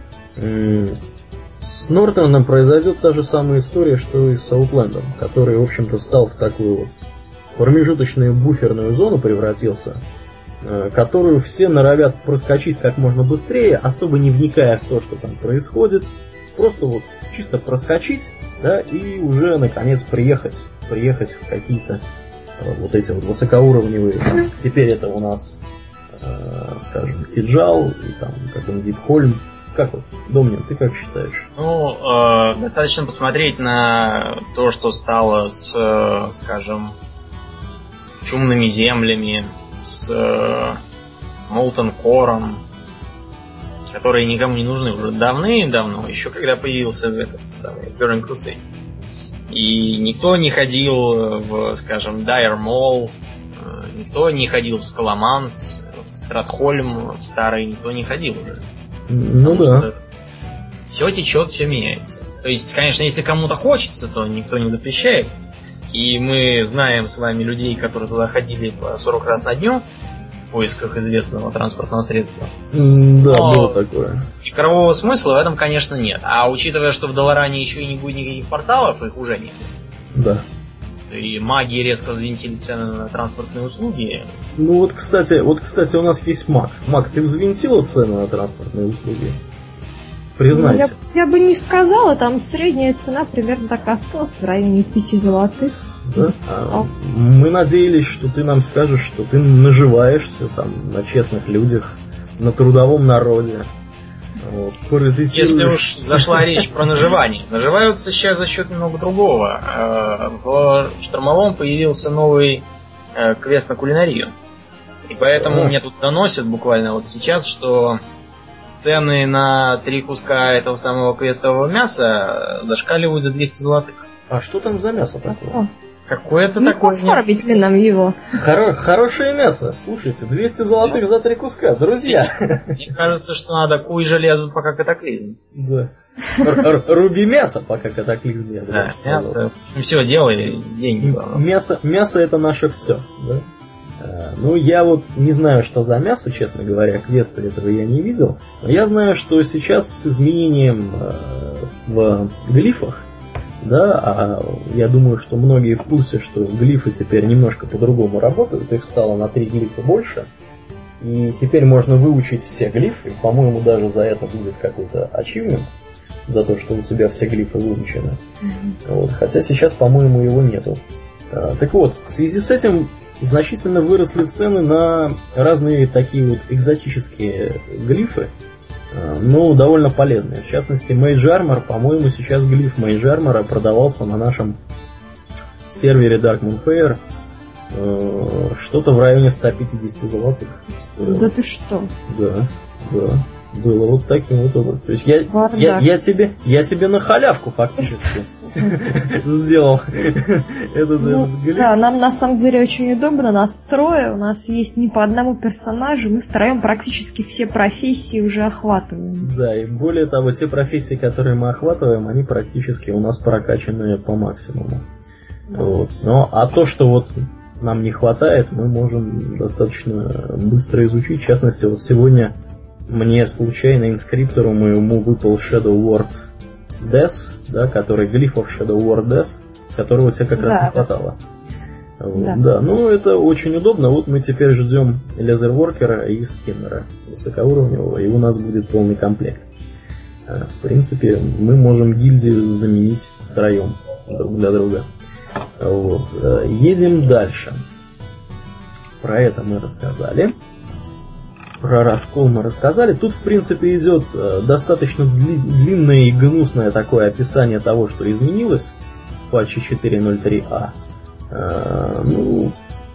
с Нортрендом произойдет та же самая история, что и с Аутлендом, который, в общем-то, стал в такую вот промежуточную буферную зону превратился, которую все норовят проскочить как можно быстрее, особо не вникая в то, что там происходит, просто вот чисто проскочить, да, и уже наконец приехать, приехать в какие-то вот эти вот высокоуровневые, там, теперь это у нас, э, скажем, Киджал, и там какой-нибудь Дипхольм. Как вот, Домнин, ты как считаешь? Ну, э, достаточно посмотреть на то, что стало с, э, скажем, Чумными землями, с э, Молтон Кором, которые никому не нужны уже давным-давно, еще когда появился этот самый Burning Crusade. И никто не ходил в, скажем, Dire Maul, никто не ходил в Скаламанс, в Стратхольм, в старый никто не ходил уже. Ну да. Все течет, все меняется. То есть, конечно, если кому-то хочется, то никто не запрещает. И мы знаем с вами людей, которые туда ходили по сорок раз на дню в поисках известного транспортного средства. Да, но было такое. игрового смысла в этом, конечно, нет. А учитывая, что в Долоране еще и не будет никаких порталов, их уже нет. Да. И маги резко взвинтили цены на транспортные услуги. Ну вот, кстати, вот, кстати, у нас есть маг. Маг, ты взвинтила цены на транспортные услуги? Признайся. Ну, я, я бы не сказала, там средняя цена примерно так осталась в районе пяти золотых. Да? А, мы надеялись, что ты нам скажешь, что ты наживаешься там на честных людях, на трудовом народе. Вот, если уж зашла речь про наживание, наживаются сейчас за счет немного другого. В Штормовом появился новый квест на кулинарию. И поэтому мне тут доносят буквально вот сейчас, что цены на три куска этого самого квестового мяса зашкаливают за двести золотых. А что там за мясо такое? Какое-то не такое... Не оформить ли нам его? Хоро- хорошее мясо. Слушайте, двести золотых ну, за три куска. Друзья. Мне кажется, что надо куй железо, пока катаклизм. Да. Руби мясо, пока катаклизм. Да, мясо. Все, делай, деньги. Мясо, мясо это наше все. Да? Ну, я вот не знаю, что за мясо, честно говоря, квеста этого я не видел. Но я знаю, что сейчас с изменением в глифах, да, а я думаю, что многие в курсе, что глифы теперь немножко по-другому работают, их стало на три глифа больше, и теперь можно выучить все глифы, по-моему, даже за это будет какой-то ачивмент, за то, что у тебя все глифы выучены. Mm-hmm. Вот. Хотя сейчас, по-моему, его нету. А, так вот, в связи с этим значительно выросли цены на разные такие вот экзотические глифы, ну, довольно полезные. В частности, Mage Armor, по-моему, сейчас глиф Mage Armor продавался на нашем сервере Dark Moonfire э, что-то в районе сто пятьдесят золотых. Да ты что? Да, да. Было вот таким вот образом. То есть я, я, я, тебе, я тебе на халявку фактически сделал этот глиф. Да, нам на самом деле очень удобно, нас трое, у нас есть не по одному персонажу, мы втроем практически все профессии уже охватываем. Да, и более того, те профессии, которые мы охватываем, они практически у нас прокачаны по максимуму. Вот. Но, а то, что вот нам не хватает, мы можем достаточно быстро изучить. В частности, вот сегодня мне случайно инскриптору моему выпал Shadow Word Death, да, который глифов Shadow Word Death, которого тебе как да. раз не хватало. Вот, да. да, ну это очень удобно. Вот мы теперь ждем Лезерворкера и Скиннера высокоуровневого, и у нас будет полный комплект. В принципе, мы можем гильдию заменить втроем друг для друга. Вот. Едем дальше. Про это мы рассказали. Про раскол мы рассказали. Тут, в принципе, идет достаточно дли- длинное и гнусное такое описание того, что изменилось в патче четыре ноль три а. А, ну,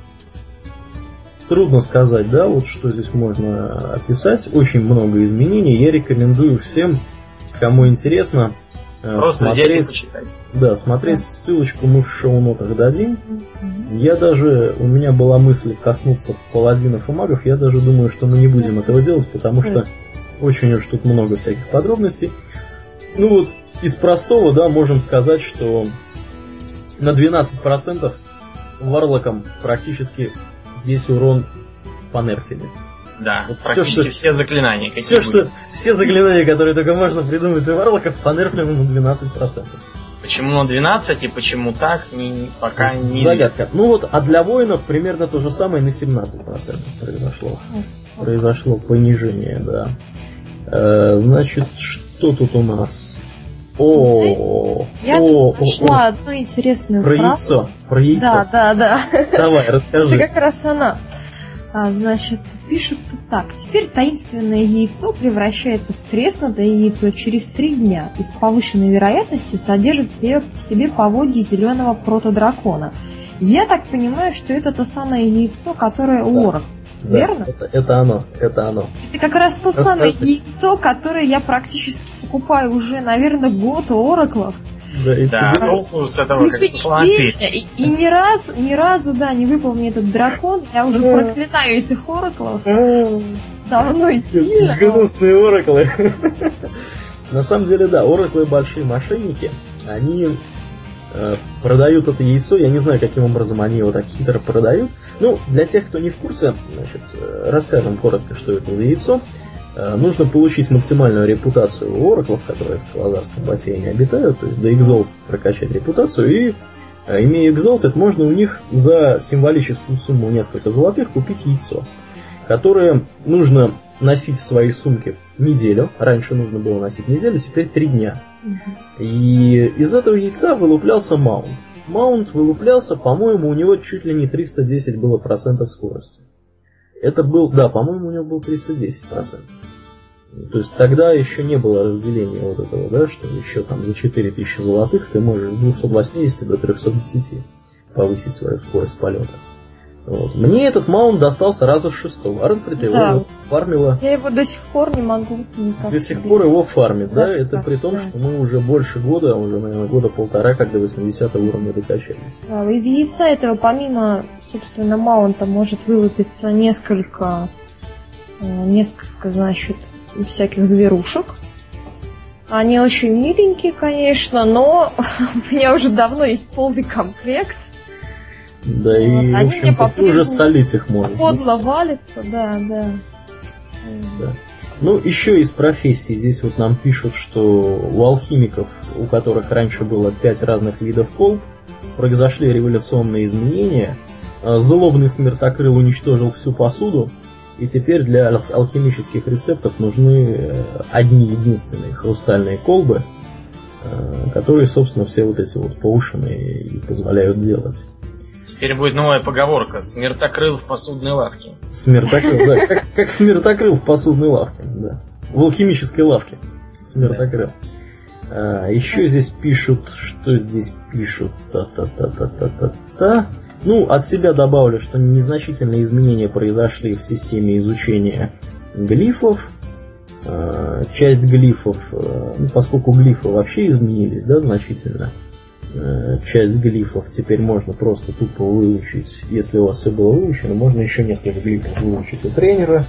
трудно сказать, да, вот что здесь можно описать. Очень много изменений. Я рекомендую всем, кому интересно, просто смотреть, взять и почитать. Да, смотреть ссылочку мы в шоу-нотах дадим. Mm-hmm. Я даже, у меня была мысль коснуться паладинов и магов, я даже думаю, что мы не будем mm-hmm. этого делать, потому mm-hmm. что очень уж тут много всяких подробностей. Ну вот, из простого, да, можем сказать, что на двенадцать процентов варлокам практически весь урон понерфили. Да, вот практически все, что, все заклинания. Все, что, все заклинания, которые только можно придумать у варлоков, понерфлены на двенадцать процентов. Почему на двенадцать и почему так, не, пока не... Загадка. Ну вот, а для воинов примерно то же самое на семнадцать процентов произошло. Произошло понижение, да. Э, значит, что тут у нас? О, я о, нашла одну интересную про фразу. Яйцо, про яйцо. Да, да, да. Давай, расскажи. Это как раз она. А, значит, пишут тут так. Теперь таинственное яйцо превращается в треснутое яйцо через три дня и с повышенной вероятностью содержит в себе, в себе поводья зеленого протодракона. Я так понимаю, что это то самое яйцо, которое у Орок. Да, верно? Это, это оно, это оно. Это как раз то Расскажи. самое яйцо, которое я практически покупаю уже, наверное, год у Ораклов. Да, и да, тебе... с этого как и, и, и ни разу, ни разу, да, не выпал мне этот дракон. Я уже проклинаю этих ораклов. Давно и сильно. Гнусные ораклы. На самом деле, да, ораклы большие мошенники. Они э, продают это яйцо. Я не знаю, каким образом они его так хитро продают. Ну, для тех, кто не в курсе, значит, расскажем коротко, что это за яйцо. Нужно получить максимальную репутацию у ораклов, которые в скалозарском бассейне обитают, то есть до Exalted прокачать репутацию, и, имея Exalted, можно у них за символическую сумму несколько золотых купить яйцо, которое нужно носить в своей сумке неделю. Раньше нужно было носить неделю, теперь три дня. Угу. И из этого яйца вылуплялся маунт. Маунт вылуплялся, по-моему, у него чуть ли не триста десять было процентов скорости. Это был, да, по-моему, у него был триста десять процентов. То есть тогда еще не было разделения вот этого, да, что еще там за четыре тысячи золотых ты можешь с двухсот восьмидесяти до трехсот десяти повысить свою скорость полета. Вот. Мне этот маунт достался раза в шестом. Арнфрид его да. вот фармила. Я его до сих пор не могу никак. До сих пор его фармит, да? Это да, при том, да. что мы уже больше года, уже, наверное, года полтора, как до восьмидесятого уровня докачались. Да, из яйца этого, помимо, собственно, маунта, может вылупиться несколько, несколько, значит, всяких зверушек. Они очень миленькие, конечно, но у меня уже давно есть полный комплект. Да, и, вот. в Они общем-то, ты уже солить их можешь. Подло валится, да, да. да. Ну, еще из профессий. Здесь вот нам пишут, что у алхимиков, у которых раньше было пять разных видов колб, произошли революционные изменения. Злобный смертокрыл уничтожил всю посуду, и теперь для ал- алхимических рецептов нужны одни единственные хрустальные колбы, которые, собственно, все вот эти вот поушены и позволяют делать. Теперь будет новая поговорка: смертокрыл в посудной лавке. Смертокрыл, да, как, как смертокрыл в посудной лавке, да. В алхимической лавке. Смертокрыл. Да. А, еще здесь пишут, что здесь пишут? Та-та-та-та-та-та-та. Ну, от себя добавлю, что незначительные изменения произошли в системе изучения глифов. А, часть глифов, ну, поскольку глифы вообще изменились, да, значительно. Часть глифов теперь можно просто тупо выучить. Если у вас все было выучено, можно еще несколько глифов выучить у тренера.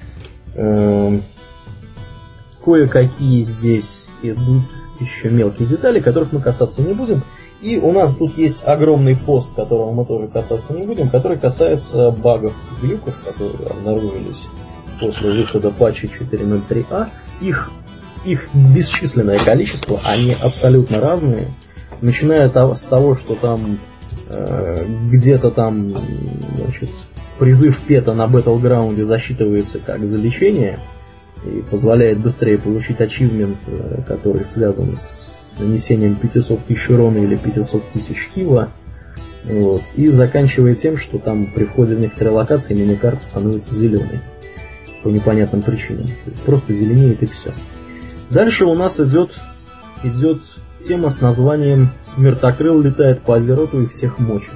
Кое-какие здесь идут еще мелкие детали, которых мы касаться не будем. И у нас тут есть огромный пост, которого мы тоже касаться не будем, который касается багов и глюков, которые обнаружились после выхода патча четыре ноль три а. Их, их бесчисленное количество, они абсолютно разные. Начиная с того, что там э, где-то там, значит, призыв пета на Battleground засчитывается как за лечение и позволяет быстрее получить ачивмент, э, который связан с нанесением пятьсот тысяч урона или пятьсот тысяч хила. Вот, и заканчивая тем, что там при входе в некоторые локации миникарта становится зеленой по непонятным причинам. Просто зеленеет и все. Дальше у нас идет идет тема с названием «Смертокрыл летает по Азероту и всех мочит».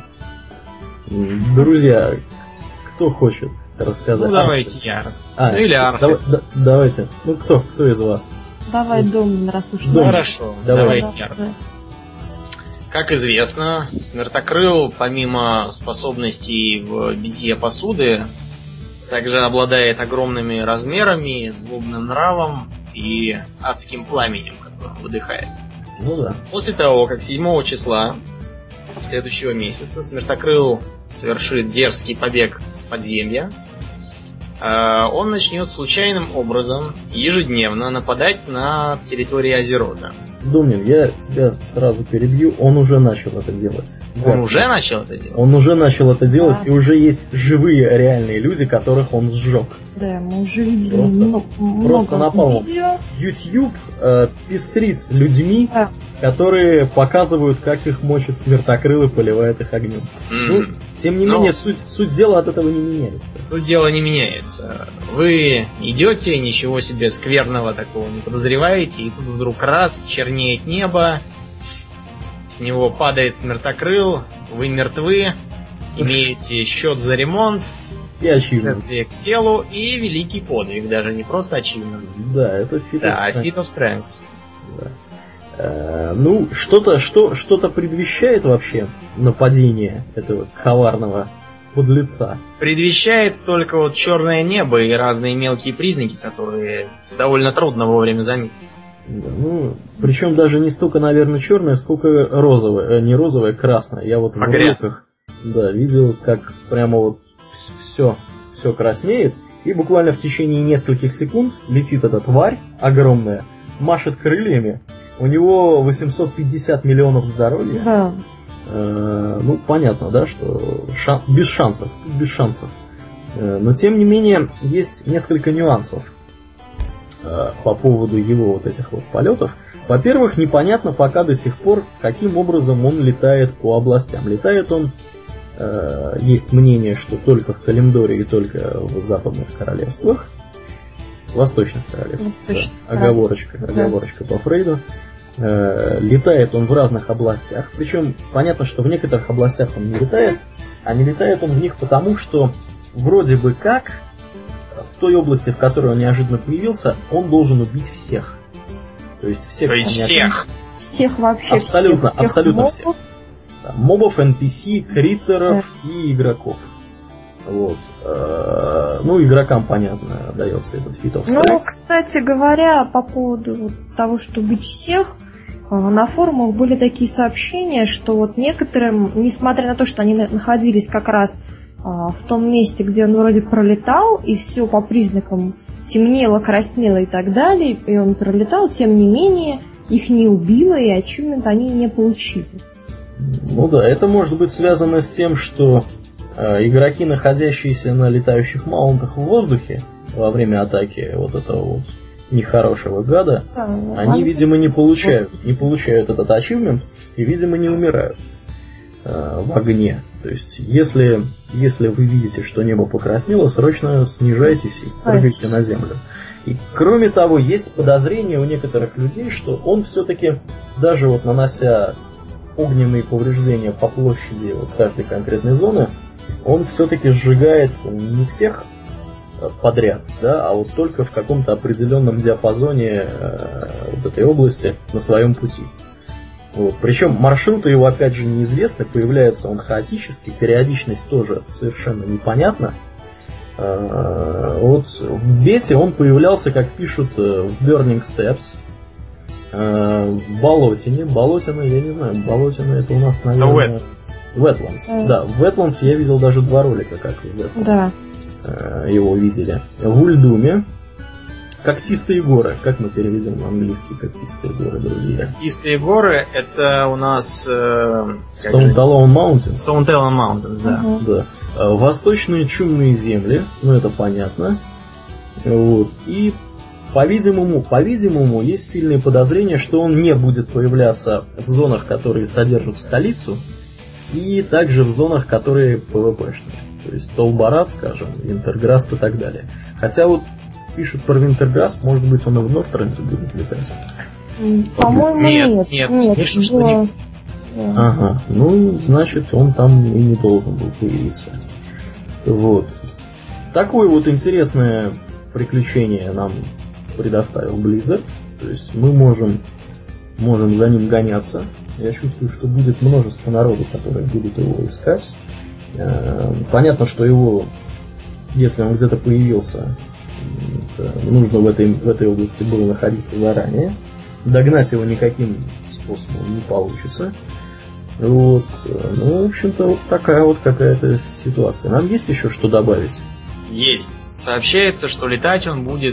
Друзья, кто хочет рассказать? Ну, давайте я расскажу. А, ну, или Архи. Да, давайте. Ну, кто? Кто из вас? Давай, Домнин, раз уж... Домнин. Хорошо, Давай. давайте я расскажу. Как известно, Смертокрыл, помимо способностей в битье посуды, также обладает огромными размерами, злобным нравом и адским пламенем, которое он выдыхает. Ну да. После того, как седьмого числа следующего месяца Смертокрыл совершит дерзкий побег с подземья, он начнет случайным образом ежедневно нападать на территории Азерота. Домнин, я тебя сразу перебью, он уже начал это делать. Он да. уже начал это делать? Он уже начал это делать, да. И уже есть живые реальные люди, которых он сжег. Да, мы уже видели просто, много, просто много видео. YouTube э, пестрит людьми, да. которые показывают, как их мочат смертокрылы, поливает их огнем. Mm. Ну, тем не Но... менее, суть, суть дела от этого не меняется. Суть дела не меняется. Вы идете, ничего себе скверного такого не подозреваете, и тут вдруг раз, чернеет небо, с него падает смертокрыл, вы мертвы, имеете счет за ремонт, и ачивмент к телу, и великий подвиг, даже не просто ачивмент. Да, это Feat да, of Strength. Feat of Strength. Да. Э, ну, что-то, что, что-то предвещает вообще нападение этого коварного подлеца. Предвещает только вот черное небо и разные мелкие признаки, которые довольно трудно вовремя заметить. Да, ну, причем даже не столько, наверное, черное, сколько розовое, э, не розовое, красное. Я вот в роликах, да, видел, как прямо вот все, все краснеет, и буквально в течение нескольких секунд летит эта тварь огромная, машет крыльями, у него восемьсот пятьдесят миллионов здоровья. Да. Э, ну, понятно, да, что шан- без шансов, без шансов. Но тем не менее есть несколько нюансов по поводу его вот этих вот полетов. Во-первых, непонятно пока до сих пор, каким образом он летает по областям. Летает он, э, есть мнение, что только в Калимдоре и только в западных королевствах, восточных королевствах, Восточных да, оговорочка, да. оговорочка по Фрейду. Э, летает он в разных областях, причем понятно, что в некоторых областях он не летает, а не летает он в них потому, что вроде бы как в той области, в которой он неожиданно появился, он должен убить всех. То есть всех. То есть всех. Всех вообще. Абсолютно, всех. абсолютно мобов. всех. Да, мобов, эн пи си, криттеров да. и игроков. Вот. Ну, игрокам, понятно, дается этот Feat of Strength. Ну, кстати говоря, по поводу того, что убить всех, на форумах были такие сообщения, что вот некоторым, несмотря на то, что они находились как раз в том месте, где он вроде пролетал, и все по признакам темнело, краснело и так далее, и он пролетал, тем не менее, их не убило, и ачивмент они не получили. Ну да, это может быть связано с тем, что э, игроки, находящиеся на летающих маунтах в воздухе во время атаки вот этого вот нехорошего гада, да, они, видимо, не получают, не получают этот ачивмент и, видимо, не умирают э, в огне. То есть, если, если вы видите, что небо покраснело, срочно снижайтесь и прыгайте на землю. И кроме того, есть подозрение у некоторых людей, что он все-таки, даже вот нанося огненные повреждения по площади вот каждой конкретной зоны, он все-таки сжигает не всех подряд, да, а вот только в каком-то определенном диапазоне э, вот этой области на своем пути. Вот. Причем маршруты его опять же неизвестны, появляется он хаотически, периодичность тоже совершенно непонятна. Вот в бете он появлялся, как пишут, в Burning Steps, в Болотине. Болотина, я не знаю, Болотина это у нас, наверное... Wetlands. Mm. Да, в Wetlands я видел даже два ролика, как в Wetlands да. его видели. В Ульдуме. Когтистые горы. Как мы переведем на английский когтистые горы, друзья? Когтистые горы это у нас... Э, Stone Talon Mountains. Stone Talon Mountains, да. Uh-huh. да. Восточные чумные земли, ну это понятно. Вот. И, по-видимому, по-видимому, есть сильные подозрения, что он не будет появляться в зонах, которые содержат столицу, и также в зонах, которые пэ вэ пэ-шные. То есть Толбарат, скажем, Винтерграст и так далее. Хотя вот пишут про Винтерграст, может быть, он и в Нортранде будет летать. По-моему, нет. Нет, нет. Пишут, что нет. Ага, ну, значит, он там и не должен был появиться. Вот. Такое вот интересное приключение нам предоставил Blizzard. То есть мы можем, можем за ним гоняться. Я чувствую, что будет множество народу, которые будут его искать. Понятно, что его, если он где-то появился, нужно в этой, в этой области было находиться заранее. Догнать его никаким способом не получится. Вот. Ну, в общем-то, вот такая вот какая-то ситуация. Нам есть еще что добавить? Есть. Сообщается, что летать он будет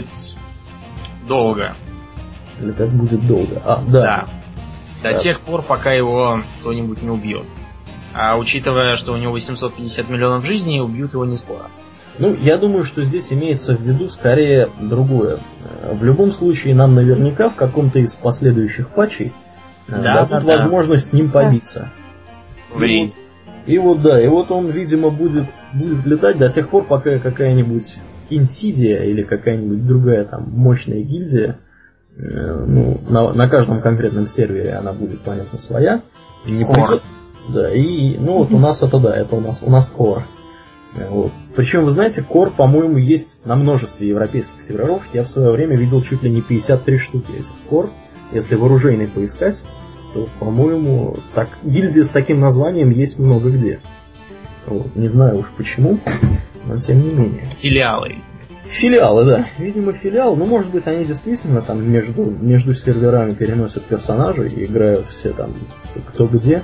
долго. Летать будет долго. А, да. Да. До да. тех пор, пока его кто-нибудь не убьет. А учитывая, что у него восемьсот пятьдесят миллионов жизней, убьют его не скоро. Ну, я думаю, что здесь имеется в виду скорее другое. В любом случае, нам наверняка в каком-то из последующих патчей да, дадут да, возможность да. с ним побиться. Время. И, и вот да, и вот он, видимо, будет, будет летать до тех пор, пока какая-нибудь инсидия или какая-нибудь другая там мощная гильдия, э, ну, на, на каждом конкретном сервере она будет, понятно, своя. Не придет, да, и ну вот у нас это да, это у нас у нас Core. Вот. Причем, вы знаете, Core, по-моему, есть на множестве европейских серверов. Я в свое время видел чуть ли не пятьдесят три штуки этих Core. Если в оружейной поискать, то, по-моему, так, гильдии с таким названием есть много где. Вот. Не знаю уж почему, но тем не менее. Филиалы. Филиалы, да. Видимо, филиал. Ну, может быть, они действительно там между, между серверами переносят персонажей и играют все там кто где.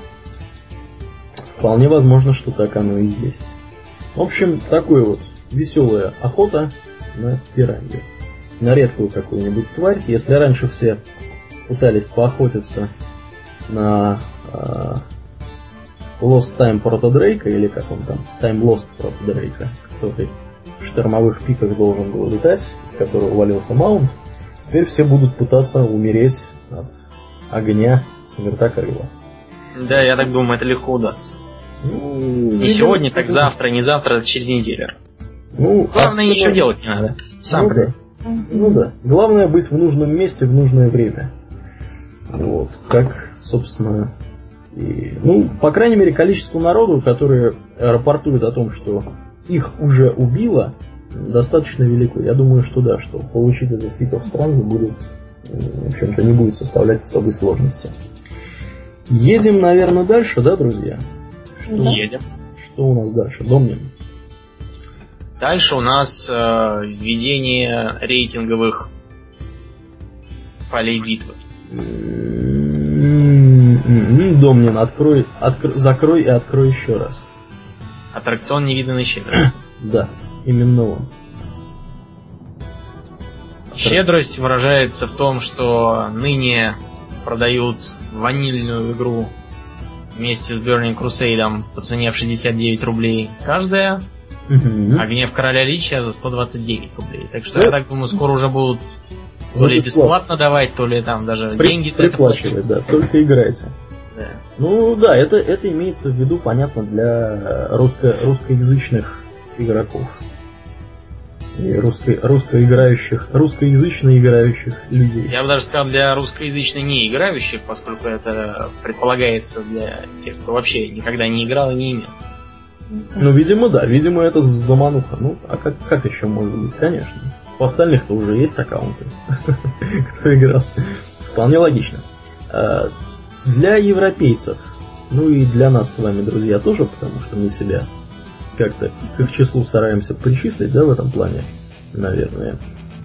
Вполне возможно, что так оно и есть. В общем, такой вот веселая охота на пиранью. На редкую какую-нибудь тварь. Если раньше все пытались поохотиться на э, Lost Time Proto Drake, или как он там, Time Lost Proto Drake, который штормовых пиках должен был летать, из которого валился маунт, теперь все будут пытаться умереть от огня смертокрыла. Да, я так думаю, это легко удастся. Ну, не сегодня, так завтра, не завтра, а через неделю. Ну, главное, ничего что... делать не надо. Сам ну, да. ну да. Главное быть в нужном месте в нужное время. Вот. Как, собственно, и... ну, по крайней мере, количество народу, которые рапортуют о том, что их уже убило, достаточно велико. Я думаю, что да, что получить этот фит оф странг будет, в общем-то, не будет составлять особой сложности. Едем, наверное, дальше, да, друзья? Что? Едем. Что у нас дальше? Домнин. Дальше у нас э, введение рейтинговых полей битвы. Домнин, открой, открой, закрой и открой еще раз. Аттракцион невиданной щедрости. Да, именно он. Щедрость выражается в том, что ныне продают ванильную игру вместе с Burning Crusade по цене в шестьдесят девять рублей каждая, угу. А Гнев Короля Лича за сто двадцать девять рублей. Так что, ну, я так думаю, скоро уже будут то ли бесплатно давать, то ли там даже При, деньги за это платить. Да, только играйте. Да. Ну да, это, это имеется в виду, понятно, для русско, русскоязычных игроков. И русско, русскоиграющих, русскоязычно играющих людей. Я бы даже сказал, для русскоязычно не играющих, поскольку это предполагается для тех, кто вообще никогда не играл и не имел. Ну, видимо, да, видимо, это замануха. Ну, а как, как еще может быть? Конечно. У остальных-то уже есть аккаунты, кто играл. Вполне логично. Для европейцев, ну и для нас с вами, друзья, тоже, потому что мы себя как-то к их числу стараемся причислить, да, в этом плане, наверное.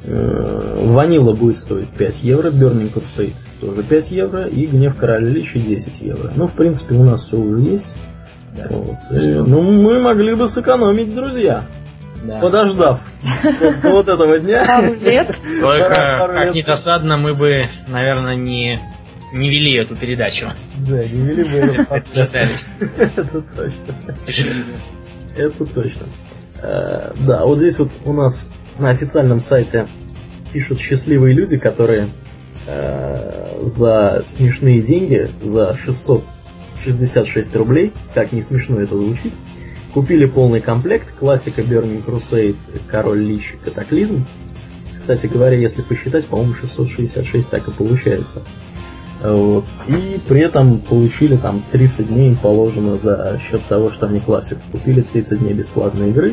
Ванила будет стоить пять евро, Burning Crusade тоже пять евро, и Гнев Короля Лича десять евро. Ну, в принципе, у нас все уже есть. Да. Вот. И, ну, мы могли бы сэкономить, друзья. Да. Подождав вот, вот этого дня. Пару лет. Только, как ни досадно, мы бы, наверное, не, не вели эту передачу. Да, не вели бы эту подкаст. Это точно. Это точно. Э, да, вот здесь вот у нас на официальном сайте пишут счастливые люди, которые э, за смешные деньги, за шестьсот шестьдесят шесть рублей, как не смешно это звучит, купили полный комплект, классика Burning Crusade, Король Лич, Катаклизм. Кстати говоря, если посчитать, по-моему, шестьсот шестьдесят шесть так и получается. Вот. И при этом получили там тридцать дней, им положено за счет того, что они классику купили, тридцать дней бесплатной игры.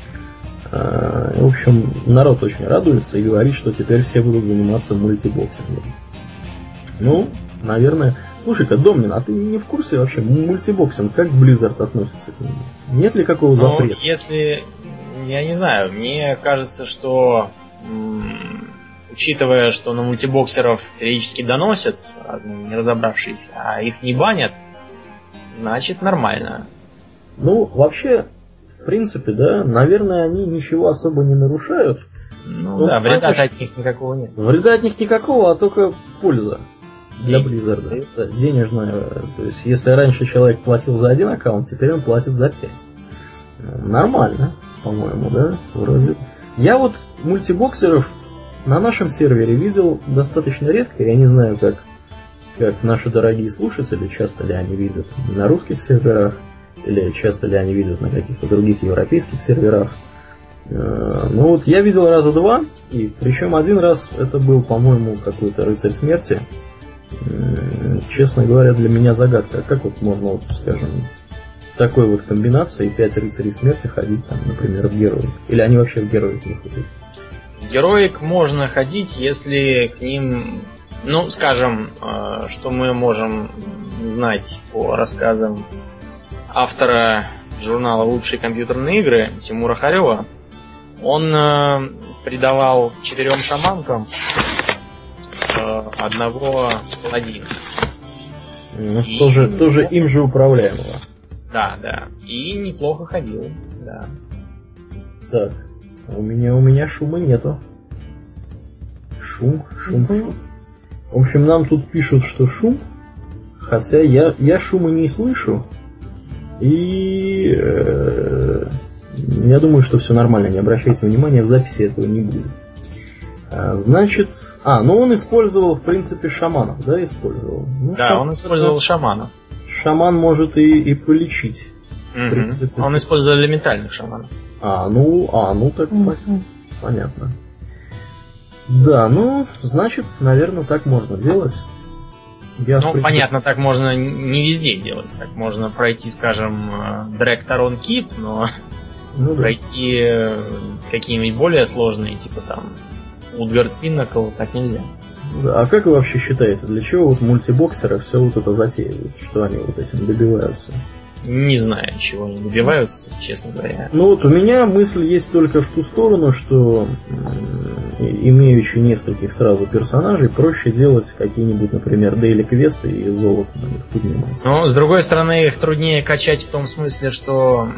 В общем, народ очень радуется и говорит, что теперь все будут заниматься мультибоксингом. Ну, наверное... Слушай-ка, Домнин, а ты не в курсе вообще мультибоксинг, как Blizzard относится к нему? Нет ли какого запрета? Ну, если... Я не знаю, мне кажется, что... Учитывая, что на мультибоксеров периодически доносят разные не разобравшиеся, а их не банят, значит нормально. Ну, вообще, в принципе, да, наверное, они ничего особо не нарушают. Ну, ну да, вреда от них никакого нет. Вреда от них никакого, а только польза для Blizzard. Это денежная. То есть, если раньше человек платил за один аккаунт, теперь он платит за пять. Нормально, по-моему, да? Вроде. Я вот мультибоксеров на нашем сервере видел достаточно редко. Я не знаю, как, как наши дорогие слушатели, часто ли они видят на русских серверах, или часто ли они видят на каких-то других европейских серверах. Ну вот я видел раза два, и причем один раз это был, по-моему, какой-то рыцарь смерти. Честно говоря, для меня загадка, как вот можно, вот, скажем, такой вот комбинацией пять рыцарей смерти ходить, там, например, в героик. Или они вообще в героик не ходят? В героик можно ходить, если к ним, ну, скажем, что мы можем знать по рассказам автора журнала «Лучшие компьютерные игры» Тимура Харева. Он придавал четырем шаманкам одного паладина. Ну, и... тоже, тоже им же управляемого. Да, да. И неплохо ходил, да. Так. У меня, у меня шума нету. Шум, шум, угу. шум. В общем, нам тут пишут, что шум. Хотя я, я шума не слышу. И... Э, Я думаю, что все нормально, не обращайте внимания, в записи этого не будет. А, значит... А, ну он использовал, в принципе, шаманов, да, использовал? Ну, да, шам... он использовал шаманов. Шаман может и, и полечить. Mm-hmm. В принципе. Он использовал элементальных шаманов. А, ну, а, ну так mm-hmm. понятно. Да, ну, значит, наверное, так можно делать. Я, ну, принципе... понятно, так можно не везде делать. Так можно пройти, скажем, Drag Taron Keep, но ну, пройти да. какие-нибудь более сложные, типа там Утгард Pinnacle, так нельзя. Да, а как вы вообще считаете, для чего вот мультибоксеры все вот это затеивают? Что они вот этим добиваются? Не знаю, чего они добиваются, честно говоря. Ну вот у меня мысль есть только в ту сторону, что имеющий нескольких сразу персонажей, проще делать какие-нибудь, например, дейли-квесты и золото на них подниматься. Но, с другой стороны, их труднее качать в том смысле, что,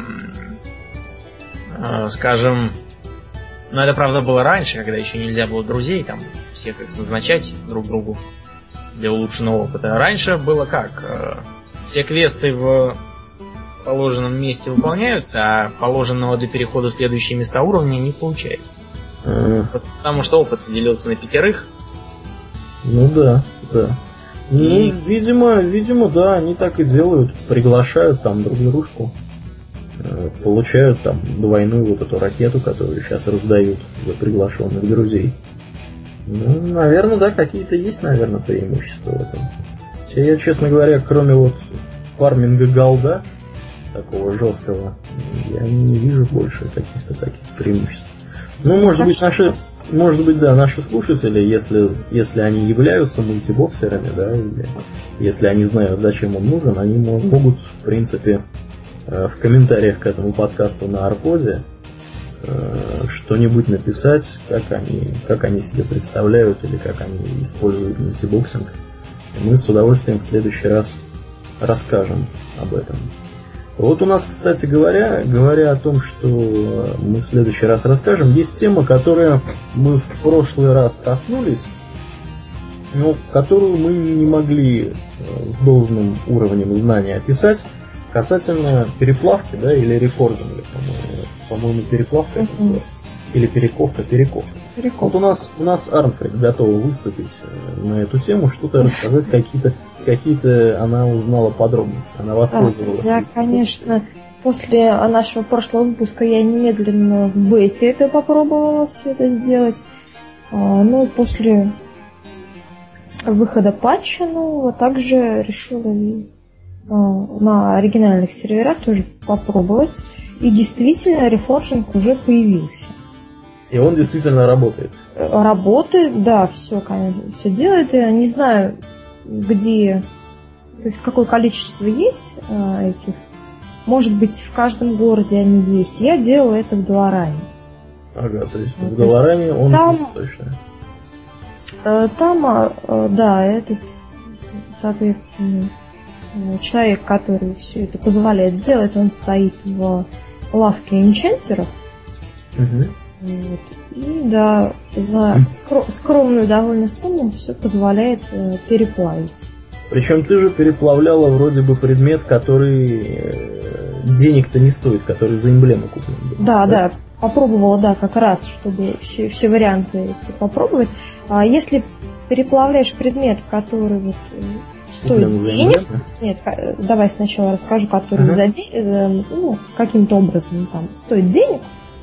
э, скажем, ну это правда было раньше, когда еще нельзя было друзей там всех их назначать друг другу для улучшенного опыта. Раньше было как? Э, все квесты в положенном месте выполняются, а положенного для перехода в следующие места уровня не получается. Mm. Просто потому что опыт делился на пятерых. Ну да, да. И... Ну, видимо, видимо, да, они так и делают. Приглашают там друг дружку. Получают там двойную вот эту ракету, которую сейчас раздают за приглашенных друзей. Ну, наверное, да, какие-то есть, наверное, преимущества в этом. Я, честно говоря, кроме вот фарминга голда, такого жесткого, я не вижу больше каких-то таких преимуществ. Ну, может быть, наши, может быть, да, наши слушатели, если, если они являются мультибоксерами, да, или если они знают, зачем он нужен, они могут, в принципе, в комментариях к этому подкасту на Арподе что-нибудь написать, как они, как они себе представляют или как они используют мультибоксинг. И мы с удовольствием в следующий раз расскажем об этом. Вот у нас, кстати говоря, говоря о том, что мы в следующий раз расскажем, есть тема, которую мы в прошлый раз коснулись, но которую мы не могли с должным уровнем знания описать, касательно переплавки, да, или рефоржинга, по-моему, по-моему, переплавка это называется. Или перековка, перековка. перековка. Вот у нас, у нас Арнфрид готова выступить на эту тему, что-то рассказать, какие-то, какие-то она узнала подробности, она воспользовалась. Да, я, конечно, после нашего прошлого выпуска я немедленно в бете это попробовала все это сделать. Ну и после выхода патча, ну, а также решила на оригинальных серверах тоже попробовать. И действительно, рефоржинг уже появился. И он действительно работает. Работает, да, все, конечно, все делает. Я не знаю, где, то есть какое количество есть а, этих. Может быть, в каждом городе они есть. Я делала это в Долоране. Ага, то есть в Долоране он там, есть точно. Там, да, этот, соответственно, человек, который все это позволяет сделать, он стоит в лавке энчантеров. Угу. Вот. И да, за скро- скромную довольно сумму все позволяет э, переплавить. Причем ты же переплавляла вроде бы предмет, который э, денег-то не стоит, который за эмблему куплен. Да, да, да, попробовала, да, как раз, чтобы все, все варианты попробовать. А если переплавляешь предмет, который вот стоит денег, нет, давай сначала расскажу, который ага. за де- ну, каким-то образом там стоит денег,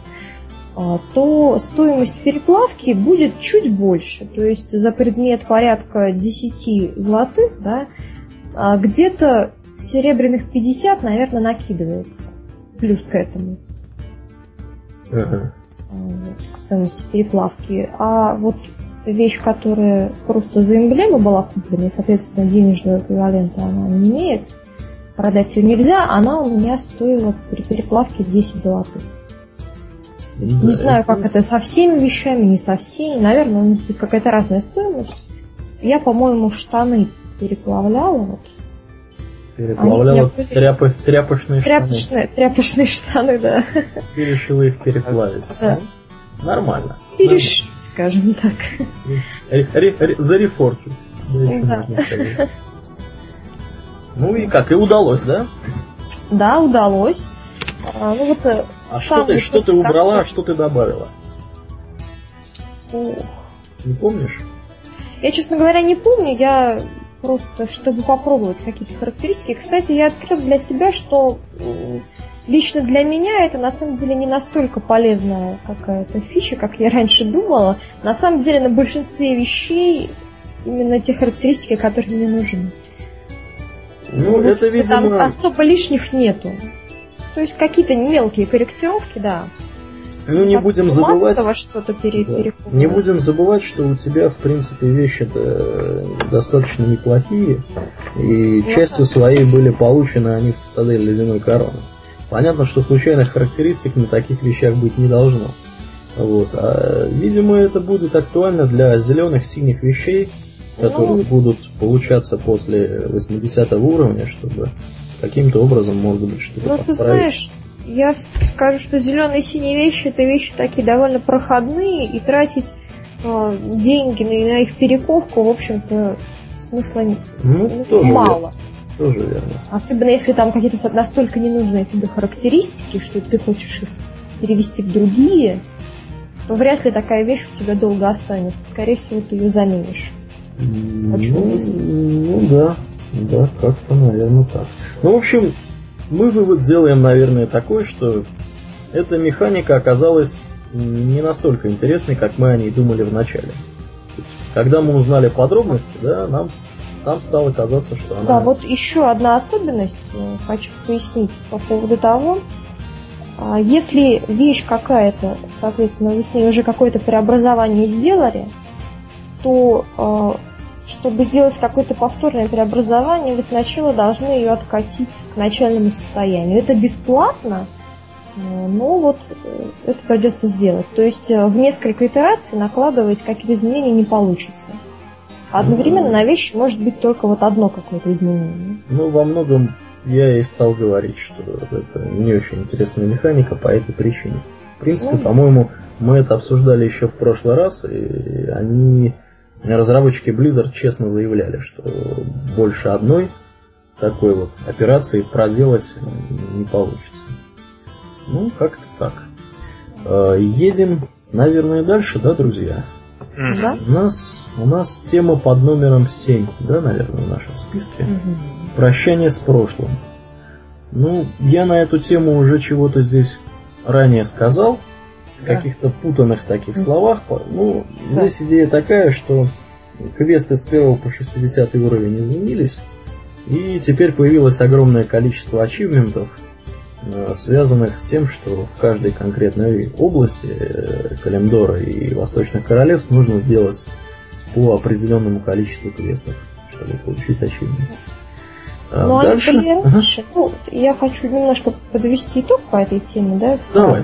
то стоимость переплавки будет чуть больше. То есть за предмет порядка десять золотых, да, где-то серебряных пятьдесят, наверное, накидывается. Плюс к этому. Uh-huh. К стоимости переплавки. А вот вещь, которая просто за эмблему была куплена, и, соответственно, денежного эквивалента она не имеет, продать ее нельзя, она у меня стоила при переплавке десять золотых. Да, не знаю, это... как это со всеми вещами, не со всеми. Наверное, у них будет какая-то разная стоимость. Я, по-моему, штаны переплавляла. Вот. Переплавляла тряпы, тряпочные, тряпочные штаны. Тряпочные штаны, да. И решила их переплавить. Да. Нормально. Перешить, скажем так. Зарефорчить. Да. Ну и как, и удалось, да? Да, удалось. Ну вот А что ты, что ты убрала, а что ты добавила? Ох. Не помнишь? Я, честно говоря, не помню. Я просто, чтобы попробовать какие-то характеристики. Кстати, я открыла для себя, что лично для меня это на самом деле не настолько полезная какая-то фича, как я раньше думала. На самом деле на большинстве вещей именно те характеристики, которые мне нужны. Ну, вот, это, видимо... Там особо лишних нету. То есть какие-то мелкие корректировки, да. Ну, не будем забывать... что-то пере- да. Не будем забывать, что у тебя, в принципе, вещи-то достаточно неплохие, и ну, частью да. своей были получены они в цитадель Ледяной Короны. Понятно, что случайных характеристик на таких вещах быть не должно. Вот. А, видимо, это будет актуально для зеленых, синих вещей, которые ну, будут получаться после восьмидесятого уровня, чтобы каким-то образом, может быть, что-то ну, подправить. Ты знаешь, я все-таки скажу, что зеленые и синие вещи это вещи такие довольно проходные, и тратить э, деньги на, на их перековку, в общем-то, смысла ну, ну, мало. Тоже верно. Особенно если там какие-то настолько ненужные тебе характеристики, что ты хочешь их перевести в другие, то вряд ли такая вещь у тебя долго останется. Скорее всего, ты ее заменишь. Ну, ну да, да, как-то, наверное, так. Ну, в общем, мы вывод сделаем, наверное, такой, что эта механика оказалась не настолько интересной, как мы о ней думали в начале. Когда мы узнали подробности, да, нам, нам стало казаться, что она... Да, вот еще одна особенность, хочу пояснить по поводу того, если вещь какая-то, соответственно, вы с ней уже какое-то преобразование сделали, то чтобы сделать какое-то повторное преобразование, вы сначала должны ее откатить к начальному состоянию. Это бесплатно, но вот это придется сделать. То есть в несколько итераций накладывать какие-то изменения не получится. Одновременно на вещи может быть только вот одно какое-то изменение. Ну, во многом я и стал говорить, что это не очень интересная механика по этой причине. В принципе, ну, по-моему, мы это обсуждали еще в прошлый раз, и они... Разработчики Blizzard честно заявляли, что больше одной такой вот операции проделать не получится. Ну, как-то так. Едем, наверное, дальше, да, друзья? Да. У нас, у нас тема под номером семь, да, наверное, в нашем списке. Угу. Прощание с прошлым. Ну, я на эту тему уже чего-то здесь ранее сказал. В каких-то путанных таких словах. Ну, да. Здесь идея такая, что квесты с первого по шестидесятый уровень изменились, и теперь появилось огромное количество ачивментов, связанных с тем, что в каждой конкретной области Калимдора и Восточных Королевств нужно сделать по определенному количеству квестов, чтобы получить ачивмент. Ну, дальше... они были раньше. Ага. Ну, я хочу немножко подвести итог по этой теме, да? Давай.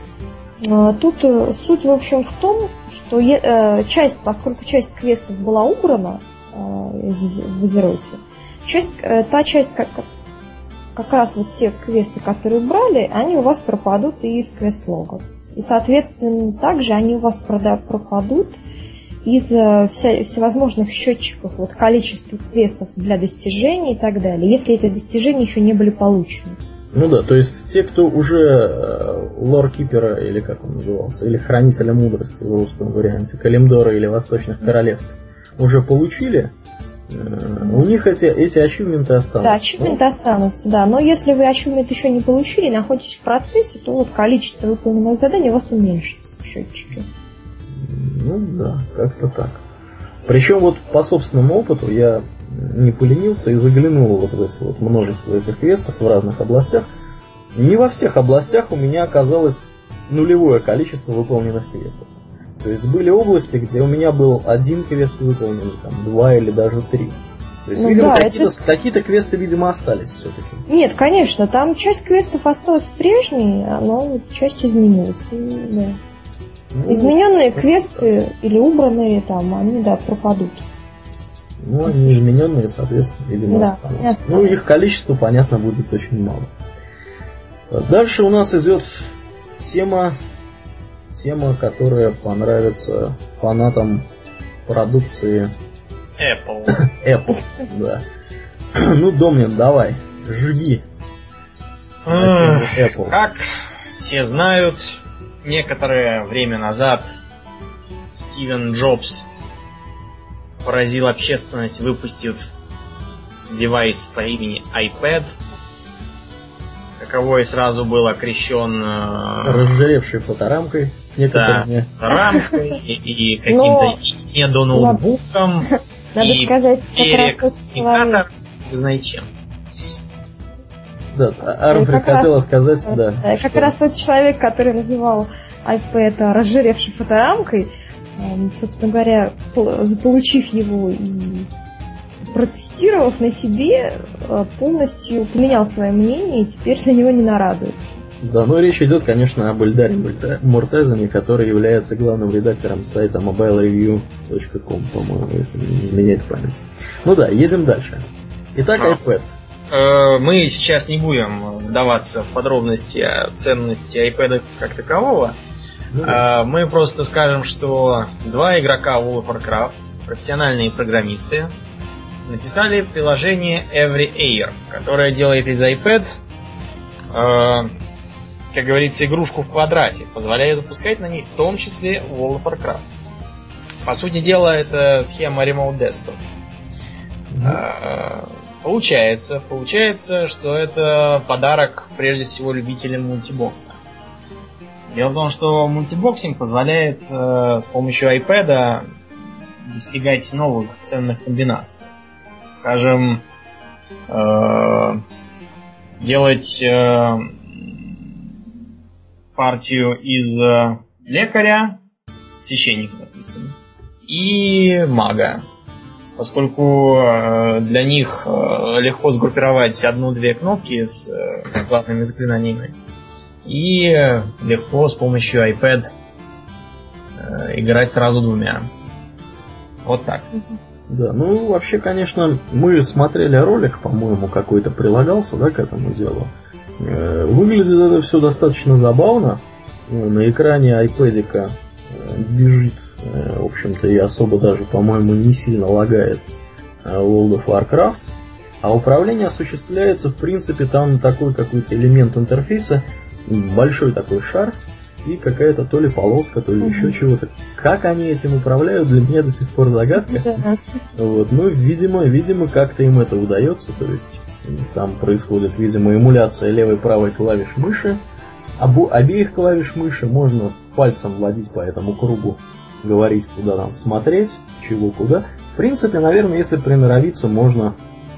Тут суть, в общем, в том, что часть, поскольку часть квестов была убрана в Азероте, часть, та часть, как, как раз вот те квесты, которые убрали, они у вас пропадут и из квест-логов. И, соответственно, также они у вас пропадут из вся, всевозможных счетчиков, вот, количества квестов для достижений и так далее, если эти достижения еще не были получены. Ну да, то есть те, кто уже э, лор-кипера, или как он назывался, или хранителя мудрости в русском варианте, Калимдора или Восточных Королевств, уже получили, э, у них эти, эти ачивменты останутся. Да, ачивменты останутся, да. Но если вы ачивмент еще не получили, находитесь в процессе, то вот количество выполненных заданий у вас уменьшится в счетчике. Ну да, как-то так. Причем вот по собственному опыту я не поленился и заглянул вот в эти вот множество этих квестов в разных областях. Не во всех областях у меня оказалось нулевое количество выполненных квестов. То есть были области, где у меня был один квест выполнен, там, два или даже три. То есть, ну, видимо, да, какие-то, это... какие-то квесты, видимо, остались все-таки. Нет, конечно, там часть квестов осталась прежней, но часть изменилась. И, да. ну, Измененные это... квесты или убранные там, они, да, пропадут. Ну, они измененные, соответственно, видимо, да, останутся. Ну, их количество, понятно, будет очень мало. Дальше у нас идет тема, тема, которая понравится фанатам продукции Apple. Apple, да. Ну, Домнин, давай, жги. Apple. Как все знают, некоторое время назад Стивен Джобс поразил общественность, выпустив девайс по имени iPad, каковой сразу был окрещен разжиревшей фоторамкой, некоторыми. Да, рамкой и, и каким-то недоноутбуком. Надо и сказать, как раз тот человек. Не знаю чем. Да, Армфред хотела раз, сказать, да. да как раз тот человек, который называл iPad разжиревшей фоторамкой, собственно говоря, заполучив его и протестировав на себе, полностью поменял свое мнение и теперь на него не нарадуется. Да, но речь идет, конечно, об Эльдаре Муртазине, который является главным редактором сайта мобайл ревью точка ком, по-моему, если не изменяет память. Ну да, едем дальше. Итак, iPad. Мы сейчас не будем вдаваться в подробности о ценности iPad как такового. Ну, да. Мы просто скажем, что два игрока World of Warcraft, профессиональные программисты, написали приложение Every Air, которое делает из iPad, э, как говорится, игрушку в квадрате, позволяя запускать на ней в том числе World of Warcraft. По сути дела, это схема Remote Desktop. Mm-hmm. Э, получается, получается, что это подарок прежде всего любителям мультибокса. Дело в том, что мультибоксинг позволяет э, с помощью iPad достигать новых ценных комбинаций. Скажем, э, делать э, партию из э, лекаря, священника, допустим, и мага. Поскольку э, для них э, легко сгруппировать одну-две кнопки с э, главными заклинаниями. И э, легко с помощью iPad э, играть сразу двумя. Вот так. Да, ну вообще, конечно, мы смотрели ролик, по-моему, какой-то прилагался, да, к этому делу. Выглядит это все достаточно забавно. На экране айпэдика бежит, в общем-то, и особо даже, по-моему, не сильно лагает World of Warcraft. А управление осуществляется, в принципе, там такой какой-то элемент интерфейса, большой такой шар, и какая-то то ли полоска, то ли mm-hmm. еще чего-то. Как они этим управляют, для меня до сих пор загадка. Mm-hmm. Вот. Ну, видимо, видимо, как-то им это удается. То есть там происходит, видимо, эмуляция левой и правой клавиш мыши. Обо- обеих клавиш мыши можно пальцем водить по этому кругу, говорить, куда нам смотреть, чего куда. В принципе, наверное, если приноровиться, можно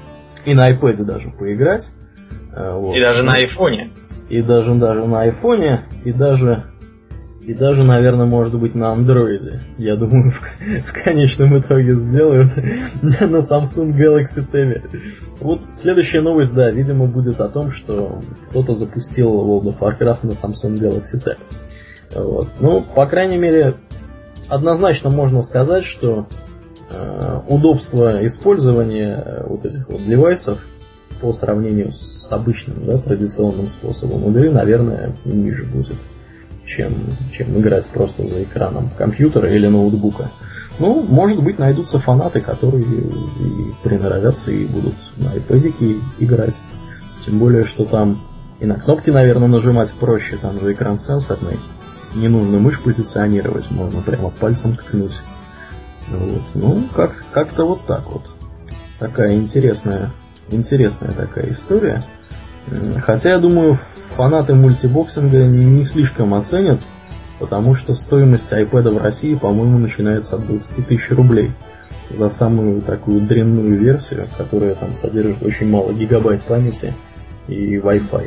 и на iPad даже поиграть. Вот. И даже на айфоне. И даже, даже на айфоне, и даже, и даже, наверное, может быть, на андроиде. Я думаю, в, в конечном итоге сделают на Samsung Galaxy Tab. Вот следующая новость, да, видимо, будет о том, что кто-то запустил World of Warcraft на Samsung Galaxy Tab. Вот. Ну, по крайней мере, однозначно можно сказать, что э, удобство использования вот этих вот девайсов по сравнению с обычным, да, традиционным способом игры, наверное, ниже будет, чем, чем играть просто за экраном компьютера или ноутбука. Ну, может быть, найдутся фанаты, которые и приноровятся и будут на iPad'ике играть. Тем более, что там и на кнопки, наверное, нажимать проще, там же экран сенсорный. Не нужно мышь позиционировать, можно прямо пальцем ткнуть. Вот. Ну, как, как-то вот так вот. Такая интересная Интересная такая история. Хотя, я думаю, фанаты мультибоксинга не слишком оценят, потому что стоимость iPad в России, по-моему, начинается от двадцать тысяч рублей за самую такую дрянную версию, которая там содержит очень мало гигабайт памяти и Wi-Fi.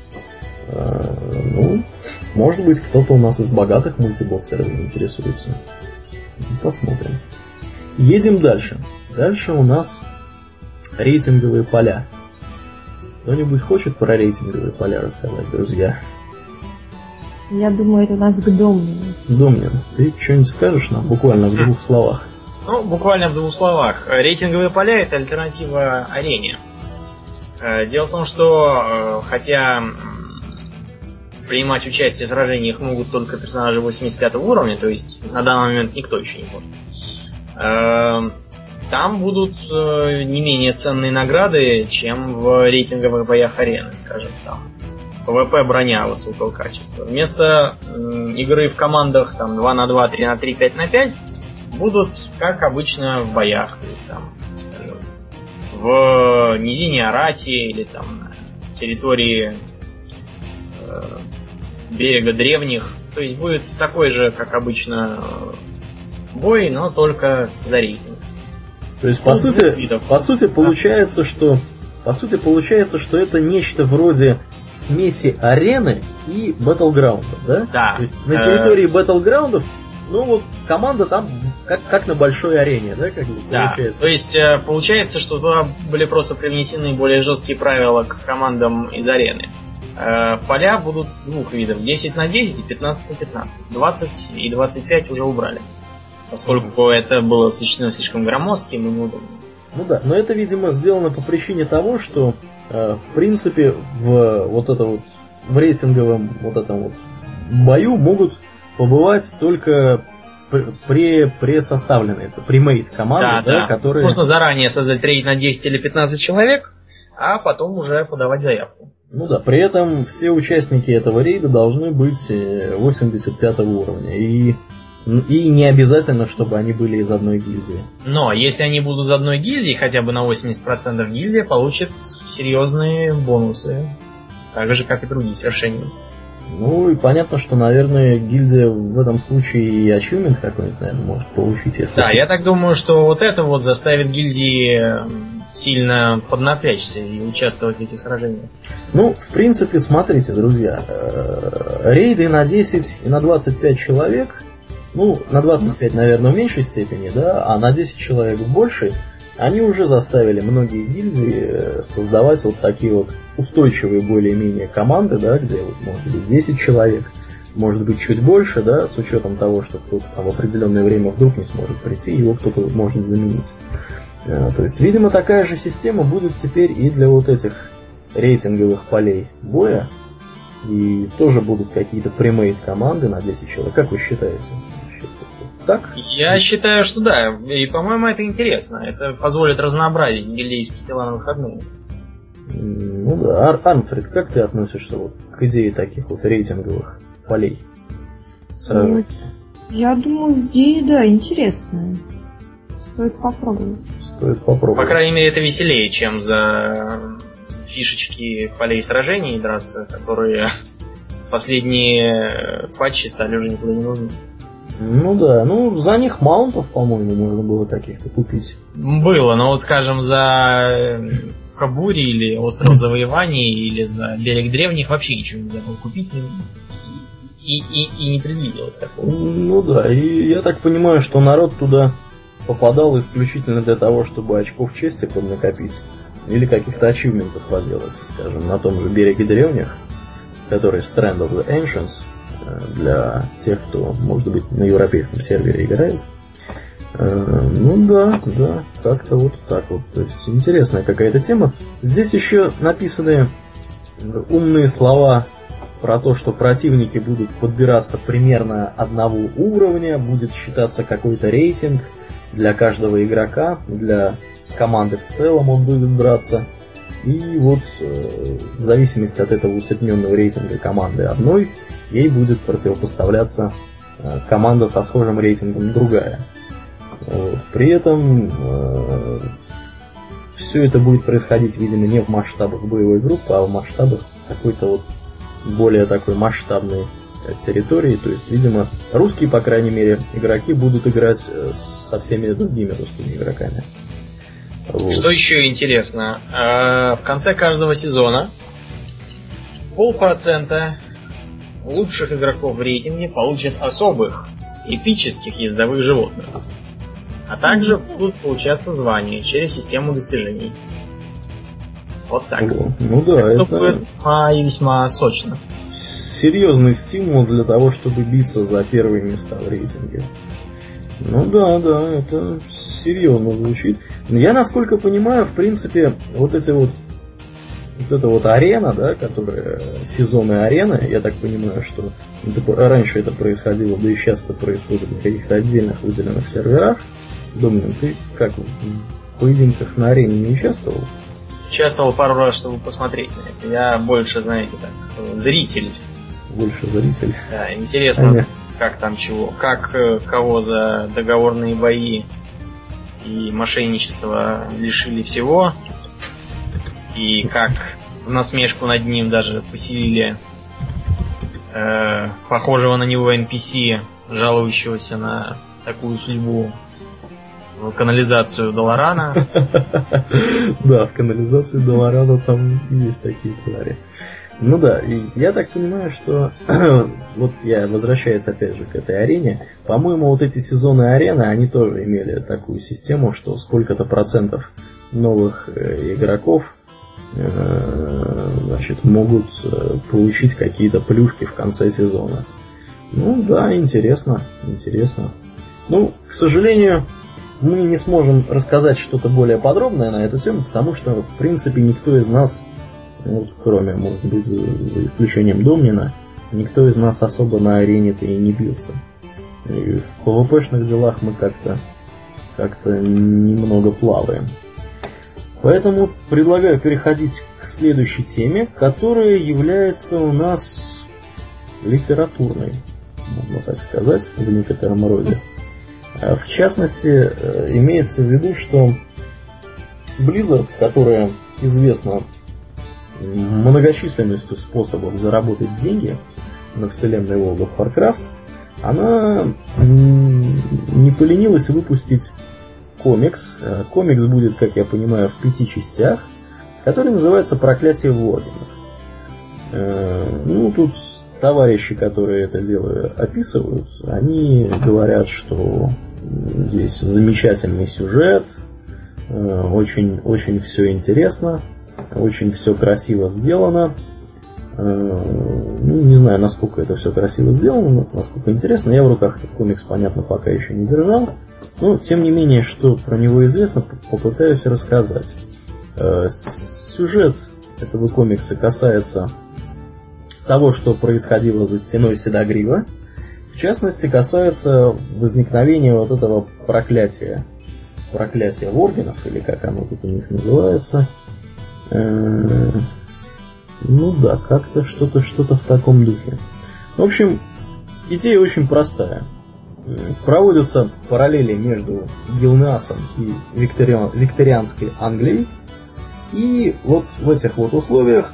Ну, может быть, кто-то у нас из богатых мультибоксеров интересуется. Посмотрим. Едем дальше. Дальше у нас рейтинговые поля. Кто-нибудь хочет про рейтинговые поля рассказать, друзья? Я думаю, это у нас к Домнину. Домнин, ты что-нибудь скажешь нам буквально в двух словах? Ну, буквально в двух словах. Рейтинговые поля — это альтернатива арене. Дело в том, что хотя принимать участие в сражениях могут только персонажи восемьдесят пятого уровня, то есть на данный момент никто еще не может, там будут э, не менее ценные награды, чем в рейтинговых боях арены, скажем там. ПВП броня высокого качества. Вместо э, игры в командах там, два на два, три на три, пять на пять будут, как обычно, в боях. То есть, там, скажем, в низине Арати или там на территории э, берега древних. То есть будет такой же, как обычно, бой, но только за рейтинг. То есть, по сути, по сути, получается, что по сути, получается, что это нечто вроде смеси арены и батлграундов, да? Да. То есть на территории батлграундов, ну вот команда там как, как на большой арене, да, как бы да. получается. То есть получается, что туда были просто привнесены более жесткие правила к командам из арены. Поля будут двух видов: десять на десять и пятнадцать на пятнадцать. двадцать и двадцать пять уже убрали, поскольку mm-hmm. это было сочетано слишком громоздким и неудобным. Ну да, но это, видимо, сделано по причине того, что э, в принципе в вот это вот в рейтинговом вот этом вот бою могут побывать только при пресоставленные, это премейд команды, да, да, да. которые... Можно заранее создать рейд на десять или пятнадцать человек, а потом уже подавать заявку. Ну да, при этом все участники этого рейда должны быть восемьдесят пятого уровня. И, и не обязательно, чтобы они были из одной гильдии. Но если они будут из одной гильдии, хотя бы на восемьдесят процентов гильдия получит серьезные бонусы. Так же, как и другие свершения. Ну и понятно, что, наверное, гильдия в этом случае и ачивмент какой-нибудь, наверное, может получить. Если да, я так думаю, что вот это вот заставит гильдии сильно поднапрячься и участвовать в этих сражениях. Ну, в принципе, смотрите, друзья, рейды на десять и на двадцать пять человек, ну, на двадцать пять, наверное, в меньшей степени, да, а на десять человек в большей, они уже заставили многие гильдии создавать вот такие вот устойчивые более-менее команды, да, где вот может быть десять человек, может быть чуть больше, да, с учетом того, что кто-то там в определенное время вдруг не сможет прийти, его кто-то может заменить. То есть, видимо, такая же система будет теперь и для вот этих рейтинговых полей боя. И тоже будут какие-то премейд команды на десять человек. Как вы считаете? Так? Я считаю, что да. И, по-моему, это интересно. Это позволит разнообразить гильдейские дела на выходные. Ну да. Ар- Арнфрид, как ты относишься вот к идее таких вот рейтинговых полей? Ну, я думаю, идея, да, интересная. Стоит попробовать. Стоит попробовать. По крайней мере, это веселее, чем за фишечки полей сражений драться, которые последние патчи стали уже никуда не нужны. Ну да, ну за них маунтов, по-моему, можно было каких-то купить. Было, но вот, скажем, за Кабури или Остров Завоеваний или за Берег Древних вообще ничего нельзя было купить. И, и, и не предвиделось такого. Ну да, и я так понимаю, что народ туда попадал исключительно для того, чтобы очков чести поднакопить. Или каких-то ачивментов поделать, скажем, на том же Береге Древних, который Strand of the Ancients, для тех, кто, может быть, на европейском сервере играет. Ну да, да, как-то вот так вот. То есть интересная какая-то тема. Здесь еще написаны умные слова про то, что противники будут подбираться примерно одного уровня, будет считаться какой-то рейтинг для каждого игрока, для команды в целом он будет браться. И вот э, в зависимости от этого усредненного рейтинга команды одной, ей будет противопоставляться э, команда со схожим рейтингом другая. Вот. При этом э, все это будет происходить, видимо, не в масштабах боевой группы, а в масштабах какой-то вот более такой масштабной территории. То есть, видимо, русские, по крайней мере, игроки будут играть со всеми другими русскими игроками. Вот. Что еще интересно, в конце каждого сезона полпроцента лучших игроков в рейтинге получат особых эпических ездовых животных, а также будут получаться звания через систему достижений. Вот так. Ну да, так это будет весьма и весьма сочно. Серьезный стимул для того, чтобы биться за первые места в рейтинге. Ну да, да, это серьезно звучит. Я, насколько понимаю, в принципе, вот эти вот вот эта вот арена, да, которая сезонная арена, я так понимаю, что это, раньше это происходило, да и сейчас это происходит на каких-то отдельных выделенных серверах. Домнин, ты как в поединках на арене не участвовал? участвовал пару раз, чтобы посмотреть на это. Я больше, знаете, так, зритель. Больше зритель. Да, интересно, а как там чего, как кого за договорные бои и мошенничество лишили всего, и как в насмешку над ним даже поселили э, похожего на него эн пи си, жалующегося на такую судьбу, в канализацию Долорана. Да, в канализации Долорана там есть такие твари. Ну да, и я так понимаю, что вот я возвращаюсь опять же к этой арене. По-моему, вот эти сезоны арены, они тоже имели такую систему, что сколько-то процентов новых э, игроков э, значит, могут э, получить какие-то плюшки в конце сезона. Ну да, интересно, интересно. Ну, к сожалению, мы не сможем рассказать что-то более подробное на эту тему, потому что, в принципе, никто из нас, ну, кроме, может быть, за исключением Домнина, никто из нас особо на арене-то и не бился. И в пэ вэ пэ-шных делах мы как-то как-то немного плаваем. Поэтому предлагаю переходить к следующей теме, которая является у нас литературной, можно так сказать, в некотором роде. В частности, имеется в виду, что Blizzard, которая известна многочисленностью способов заработать деньги на вселенной World of Warcraft, она не поленилась выпустить комикс. Комикс будет, как я понимаю, в пяти частях, который называется «Проклятие Воргенов». Ну, тут товарищи, которые это дело описывают, они говорят, что здесь замечательный сюжет, очень, очень все интересно, очень все красиво сделано. Ну, не знаю, насколько это все красиво сделано, насколько интересно. Я в руках этот комикс, понятно, пока еще не держал. Но, тем не менее, что про него известно, попытаюсь рассказать. Сюжет этого комикса касается того, что происходило за стеной Седогрива. В частности, касается возникновения вот этого проклятия. Проклятия Воргенов, или как оно тут у них называется. Ну да, как-то что-то, что-то в таком духе. В общем, идея очень простая. Проводятся параллели между Гилнеасом и викториан, викторианской Англией. И вот в этих вот условиях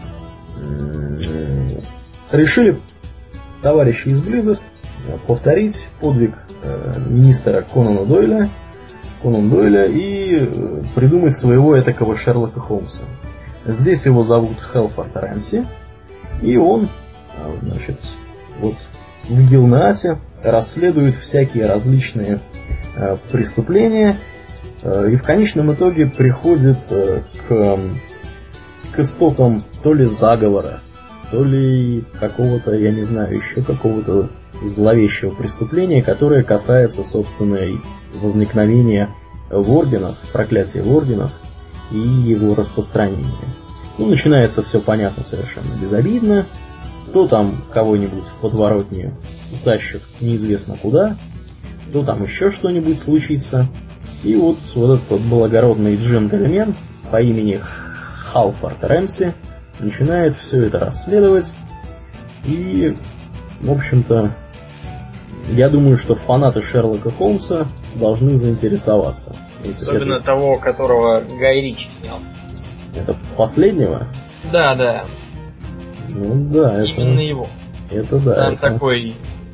решили товарищи из Blizzard повторить подвиг мистера Конана Дойля, Конан Дойля и придумать своего этакого Шерлока Холмса. Здесь его зовут Хелфорд Рэмси, и он, значит, вот в Гилнеасе расследует всякие различные э, преступления э, и в конечном итоге приходит э, к, к истокам то ли заговора, то ли какого-то, я не знаю, еще какого-то зловещего преступления, которое касается, собственно, возникновения Воргенов, проклятия Воргенов и его распространения. Ну, начинается все, понятно, совершенно безобидно. Кто там кого-нибудь в подворотне утащит неизвестно куда, то там еще что-нибудь случится. И вот, вот этот вот благородный джентльмен по имени Халфорд Рэмси начинает все это расследовать. И, в общем-то, я думаю, что фанаты Шерлока Холмса должны заинтересоваться. Особенно это... того, которого Гай Ричи снял. Это последнего? Да, да. Ну да, именно это... его. Это да. Там это... такой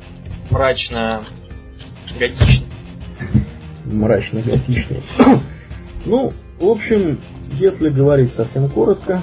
мрачно-готичный. Мрачно-готичный. Ну, в общем, если говорить совсем коротко,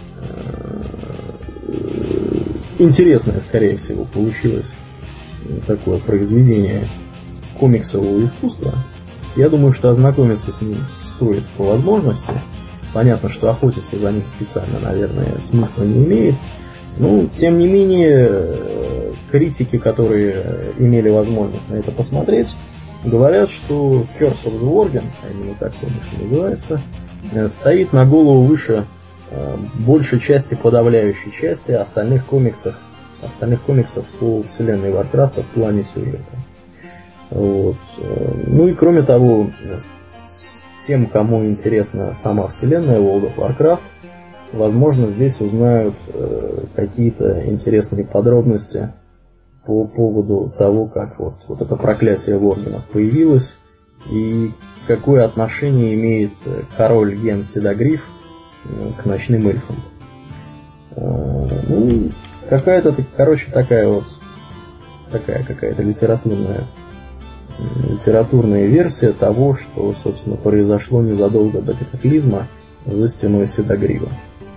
интересное, скорее всего, получилось такое произведение комиксового искусства. Я думаю, что ознакомиться с ним стоит по возможности. Понятно, что охотиться за ним специально, наверное, смысла не имеет. Но, тем не менее, критики, которые имели возможность на это посмотреть, говорят, что Curse of the Worgen, а именно так комикс называется, стоит на голову выше большей части, подавляющей части остальных комиксов, остальных комиксов по вселенной Варкрафта в плане сюжета. Вот. Ну и кроме того, тем, кому интересна сама вселенная World of Warcraft, возможно, здесь узнают э, какие-то интересные подробности по поводу того, как вот, вот это проклятие Воргенов появилось, и какое отношение имеет король Ген Седогриф к ночным эльфам. Э, ну, какая-то, короче, такая вот, такая какая-то литературная, литературная версия того, что, собственно, произошло незадолго до катаклизма за стеной Седогрива.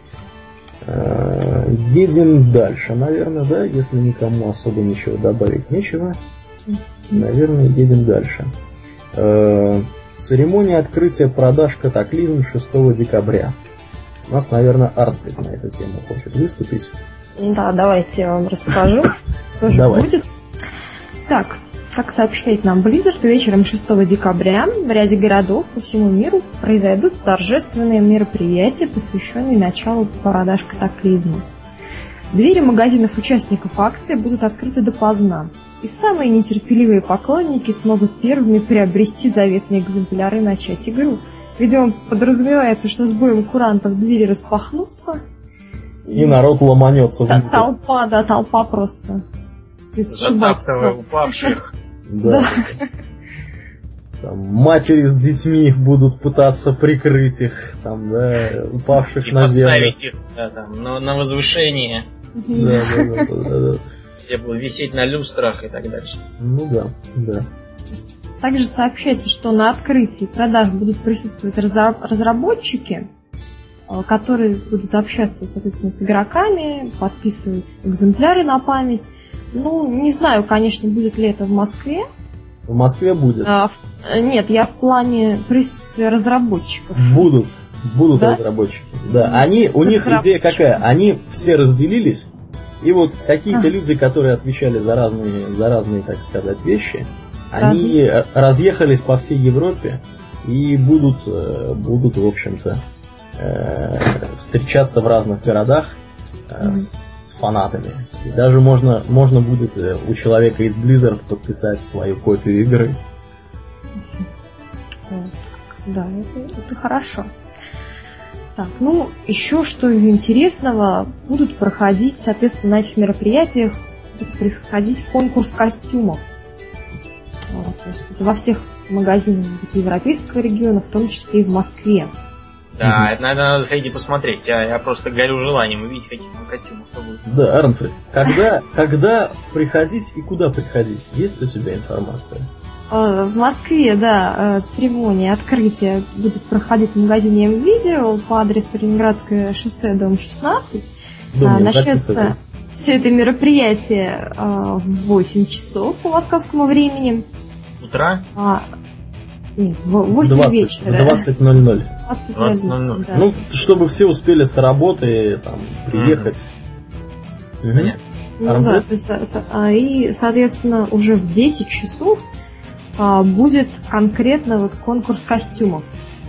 Едем дальше, наверное, да, если никому особо ничего добавить нечего, наверное, едем дальше. Церемония открытия продаж «Катаклизм» шестого декабря. У нас, наверное, Артвик на эту тему хочет выступить. Да, давайте я вам расскажу, что же будет. Так, как сообщает нам Blizzard, вечером шестого декабря в ряде городов по всему миру произойдут торжественные мероприятия, посвященные началу продаж «Катаклизма». Двери магазинов участников акции будут открыты допоздна, и самые нетерпеливые поклонники смогут первыми приобрести заветные экземпляры и начать игру. Видимо, подразумевается, что с боем курантов двери распахнутся. И народ ломанется. Т- толпа, да, толпа просто. Затаптывая упавших. Да. Там матери с детьми будут пытаться прикрыть их, там, да, упавших и на землю. И поставить их, да, там, на, на возвышение. Да, да, да, да, да. Где будут висеть на люстрах и так дальше. Ну да, да. Также сообщается, что на открытии продаж будут присутствовать разработчики, которые будут общаться, соответственно, с игроками, подписывать экземпляры на память. Ну, не знаю, конечно, будет ли это в Москве. В Москве будет. А, в, нет, я в плане присутствия разработчиков. Будут, будут да? разработчики. Да, они, у них идея какая? Они все разделились, и вот какие-то а. люди, которые отвечали за разные, за разные, так сказать, вещи, они Разве? разъехались по всей Европе и будут, будут, в общем-то, встречаться в разных городах mm. с фанатами. И даже можно, можно будет у человека из Blizzard подписать свою копию игры. Да, это, это хорошо. Так, ну, еще что из интересного, будут проходить, соответственно, на этих мероприятиях будет происходить конкурс костюмов. Вот, то есть это во всех магазинах европейского региона, в том числе и в Москве. Да, mm-hmm. это надо, надо сходить и посмотреть. Я, я просто горю желанием увидеть, каких там костюмов что будет. Да, Арнфрид, когда, когда приходить и куда приходить? Есть у тебя информация? В Москве, да, церемония открытия будет проходить в магазине М-Видео по адресу Ленинградское шоссе, дом шестнадцать. Дом Начнется все это мероприятие в восемь часов по московскому времени. Утра? А, нет, в восемь вечера. двадцать ноль ноль. двадцать ноль ноль. Да. Ну, чтобы все успели с работы там приехать. Mm-hmm. Mm-hmm. Ну, да, то есть, и, соответственно, уже в десять часов будет конкретно вот конкурс костюмов.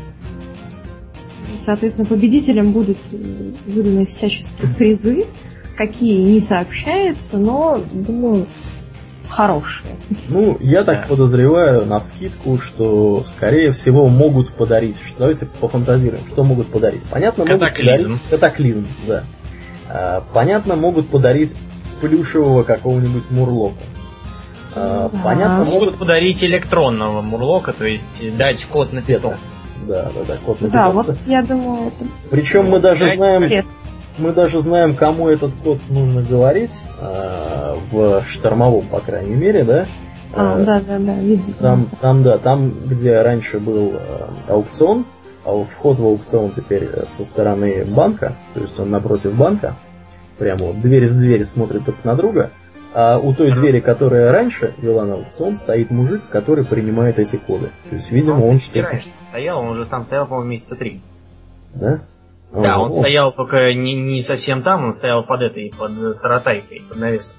Соответственно, победителям будут выданы всяческие призы, какие не сообщаются, но, думаю, хорошие. Ну, я так подозреваю, навскидку, что, скорее всего, могут подарить. Что, давайте пофантазируем, что могут подарить. Понятно, катаклизм. могут подарить катаклизм, да. А, понятно, могут подарить плюшевого какого-нибудь мурлока. А, да. Понятно, могут, могут подарить электронного мурлока, то есть дать код на питон. Да, да, да, код на да, питон. Вот я думаю, это... Причем мы даже дать знаем, пресс. мы даже знаем, кому этот код нужно говорить а, в штормовом, по крайней мере, да? А, а, да, да, да, видите. Там, там, да, там, где раньше был а, аукцион, а вход в аукцион теперь со стороны банка, то есть он напротив банка, прямо вот дверь в дверь смотрит друг на друга. А у той двери, которая раньше вела на аукцион, стоит мужик, который принимает эти коды. То есть, видимо, он, он что-то... стоял, он уже там стоял, по-моему, месяца три. Да? Да, О, он о. стоял только не, не совсем там, он стоял под этой, под таратайкой, под навесом.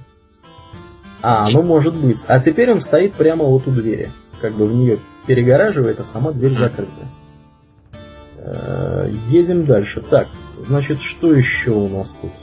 А, ну может быть. А теперь он стоит прямо вот у двери. Как бы в нее перегораживает, а сама дверь закрыта. Едем дальше. Так, значит, что еще у нас тут?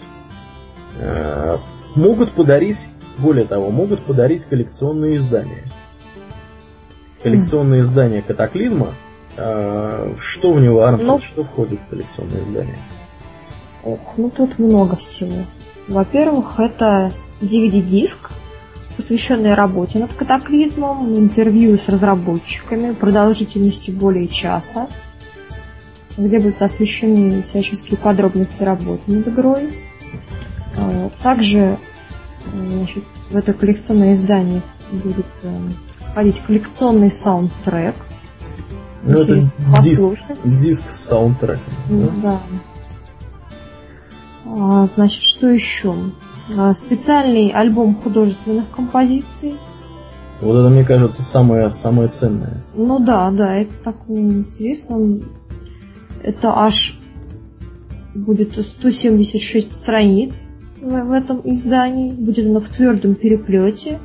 Могут подарить... Более того, могут подарить коллекционные издания. Коллекционные издания Катаклизма А, что в него, Арнольд, ну, что входит в коллекционное издание? Ох, ну тут много всего. Во-первых, это ди ви ди-диск, посвященный работе над катаклизмом, интервью с разработчиками продолжительностью более часа, где будут освещены всяческие подробности работы над игрой. Также, значит, в это коллекционное издание будет входить коллекционный саундтрек. Ну, это диск, диск с саундтреком. Да? Да. А, значит, что еще? А, специальный альбом художественных композиций. Вот это, мне кажется, самое, самое ценное. Ну да, да, это так интересно. Это аж будет сто семьдесят шесть страниц в, в этом издании. Будет оно в твердом переплете.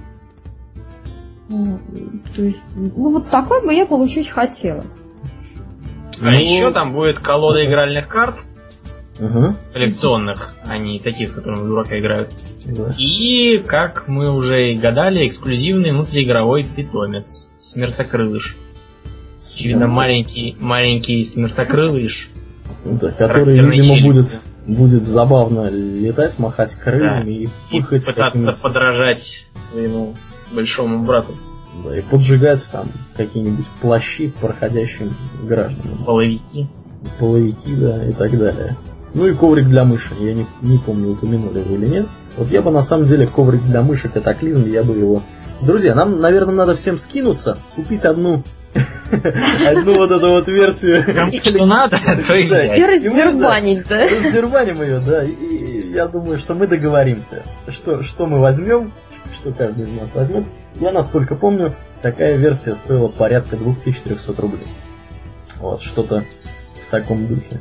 То есть, ну вот такой бы я получить хотела. А ну... еще там будет колода игральных карт. Угу. Коллекционных, а не таких, с которыми дурака играют. Да. И, как мы уже и гадали, эксклюзивный внутриигровой питомец. Смертокрылыш. Очевидно, маленький, маленький смертокрылыш. Ну, да, который, видимо, будет, будет забавно летать, махать крыльями, да, и пыхать. И пытаться подражать своему большому брату. Да, и поджигать там какие-нибудь плащи проходящим гражданам. Половики. Половики, да, и так далее. Ну и коврик для мыши. Я не, не помню, упомянули вы или нет. Вот я бы на самом деле коврик для мыши катаклизм, я бы его... Друзья, нам, наверное, надо всем скинуться, купить одну одну вот эту вот версию. Что надо, то и взять. И раздербанить, да? Раздербаним ее, да. И я думаю, что мы договоримся, что, что мы возьмем, что каждый из нас возьмет. Я, насколько помню, такая версия стоила порядка две тысячи триста рублей. Вот, что-то в таком духе.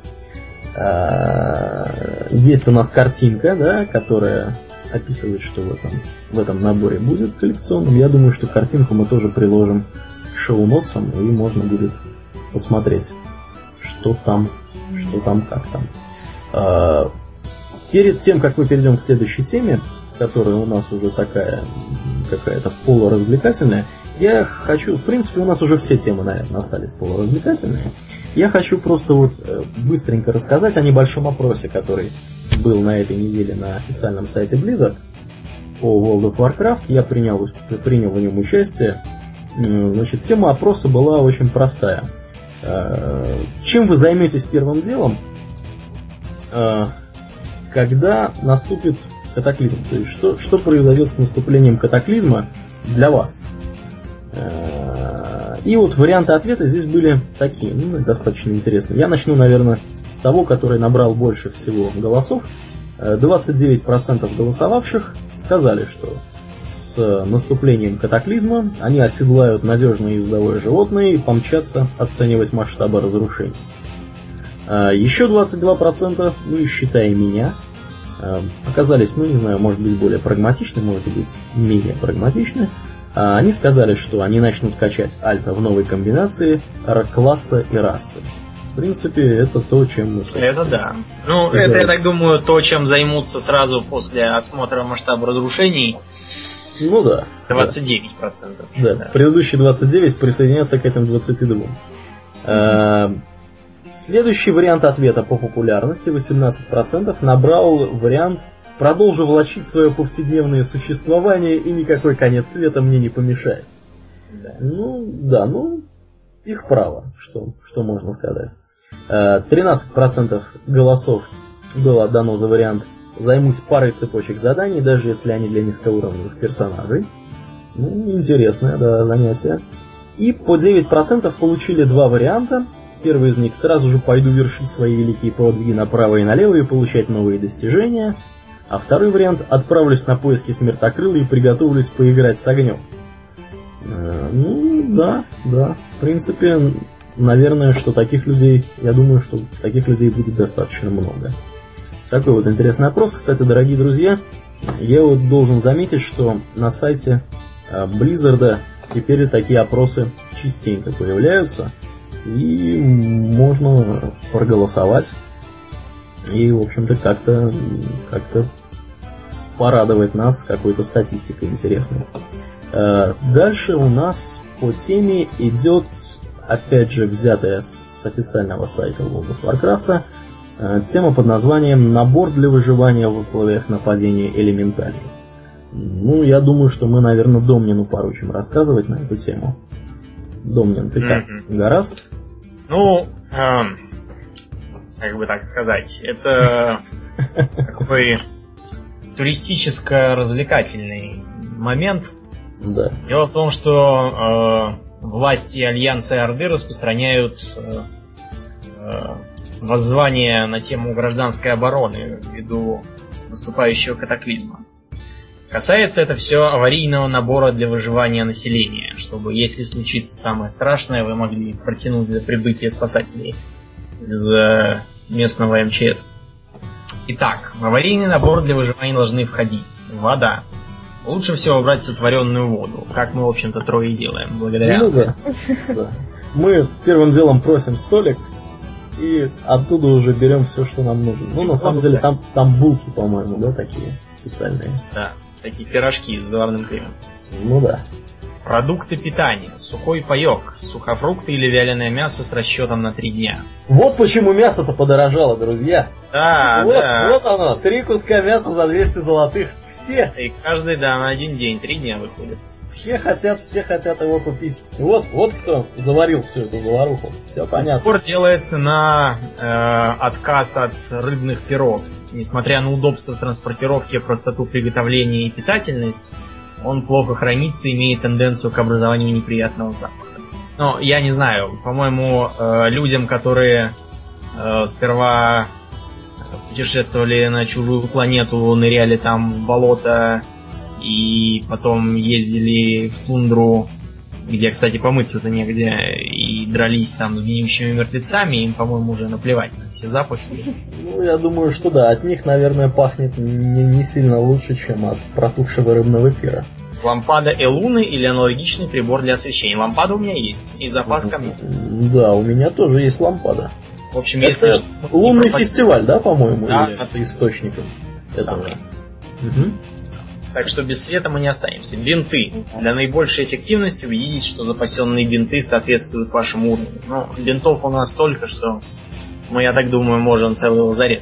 Есть у нас картинка, да, которая описывает, что в этом, в этом наборе будет коллекционным. Я думаю, что картинку мы тоже приложим шоу-нотсом, и можно будет посмотреть, что там, что там, как там. Перед тем, как мы перейдем к следующей теме, которая у нас уже такая какая-то полуразвлекательная, я хочу, в принципе, у нас уже все темы, наверное, остались полуразвлекательные. Я хочу просто вот быстренько рассказать о небольшом опросе, который был на этой неделе на официальном сайте Blizzard по World of Warcraft. Я принял, принял в нем участие. Значит, тема опроса была очень простая. Чем вы займетесь первым делом, когда наступит катаклизм? То есть, что, что произойдет с наступлением катаклизма для вас? И вот варианты ответа здесь были такие, ну, достаточно интересные. Я начну, наверное, с того, который набрал больше всего голосов. двадцать девять процентов голосовавших сказали, что с наступлением катаклизма они оседлают надежное ездовое животное и помчатся оценивать масштабы разрушений. Еще двадцать два процента, ну и считая меня, оказались, ну не знаю, может быть более прагматичны, может быть менее прагматичны. Они сказали, что они начнут качать альта в новой комбинации класса и расы. В принципе, это то, чем мы... Это да. Ну, это, я так думаю, то, чем займутся сразу после осмотра масштаба разрушений. Ну да. двадцать девять процентов. Да, да. Предыдущие двадцать девять присоединятся к этим двадцати двум. Mm-hmm. Следующий вариант ответа по популярности, восемнадцать процентов, набрал вариант «Продолжу влачить свое повседневное существование, и никакой конец света мне не помешает». Да. Ну, да, ну, их право, что, что можно сказать. тринадцать процентов голосов было отдано за вариант «Займусь парой цепочек заданий, даже если они для низкоуровневых персонажей». Ну, интересное, да, занятие. И по девять процентов получили два варианта. Первый из них — сразу же пойду вершить свои великие подвиги направо и налево и получать новые достижения. А второй вариант — отправлюсь на поиски смертокрыла и приготовлюсь поиграть с огнем. Э, ну, да, да. В принципе, наверное, что таких людей, я думаю, что таких людей будет достаточно много. Такой вот интересный опрос. Кстати, дорогие друзья, я вот должен заметить, что на сайте Blizzard теперь такие опросы частенько появляются. И можно проголосовать и, в общем-то, как-то, как-то порадовать нас какой-то статистикой интересной. Дальше у нас по теме идет опять же взятая с официального сайта World of Warcraft. Тема под названием «Набор для выживания в условиях нападения элементалей». Ну, я думаю, что мы, наверное, Домнину поручим рассказывать на эту тему. Домнин, ты как, mm-hmm. гораст? Ну, эм, как бы так сказать, это такой туристическо-развлекательный момент. Да. Дело в том, что э, власти Альянса и Орды распространяют э, э, воззвание на тему гражданской обороны ввиду наступающего катаклизма. Касается это все аварийного набора для выживания населения, чтобы, если случится самое страшное, вы могли протянуть до прибытия спасателей из э, местного эм че эс. Итак, в аварийный набор для выживания должны входить вода. Лучше всего брать сотворенную воду, как мы, в общем-то, трое и делаем, благодаря... Ну да, да. Мы первым делом просим столик, и оттуда уже берем все, что нам нужно. Ну, на самом деле, там, там булки, по-моему, да, такие специальные. Да, такие пирожки с заварным кремом. Ну да. Продукты питания, сухой паёк, сухофрукты или вяленое мясо с расчетом на три дня. Вот почему мясо-то подорожало, друзья. Да, вот, да. Вот оно, три куска мяса за двести золотых. Все. И каждый, да, на один день, три дня выходит. Все хотят, все хотят его купить. Вот, вот кто заварил всю эту заваруху. Все понятно. Упор делается на э, отказ от рыбных пирог. Несмотря на удобство транспортировки, простоту приготовления и питательность, он плохо хранится и имеет тенденцию к образованию неприятного запаха. Но я не знаю, по-моему, э, людям, которые э, сперва путешествовали на чужую планету, ныряли там в болото и потом ездили в тундру, где, кстати, помыться-то негде, и дрались там с гниющими мертвецами, им, по-моему, уже наплевать на все запахи. Ну, я думаю, что да, от них, наверное, пахнет не, не сильно лучше, чем от протухшего рыбного пира. Лампада Элуны или аналогичный прибор для освещения. Лампада у меня есть, и запас ко мне. Да, у меня тоже есть лампада. В общем, это если... лунный фестиваль, да, по-моему, да, является источником этого. Угу. Так что без света мы не останемся. Бинты. Для наибольшей эффективности убедитесь, что запасенные бинты соответствуют вашему уровню. Ну, бинтов у нас столько, что мы, я так думаю, можем целый лазарет.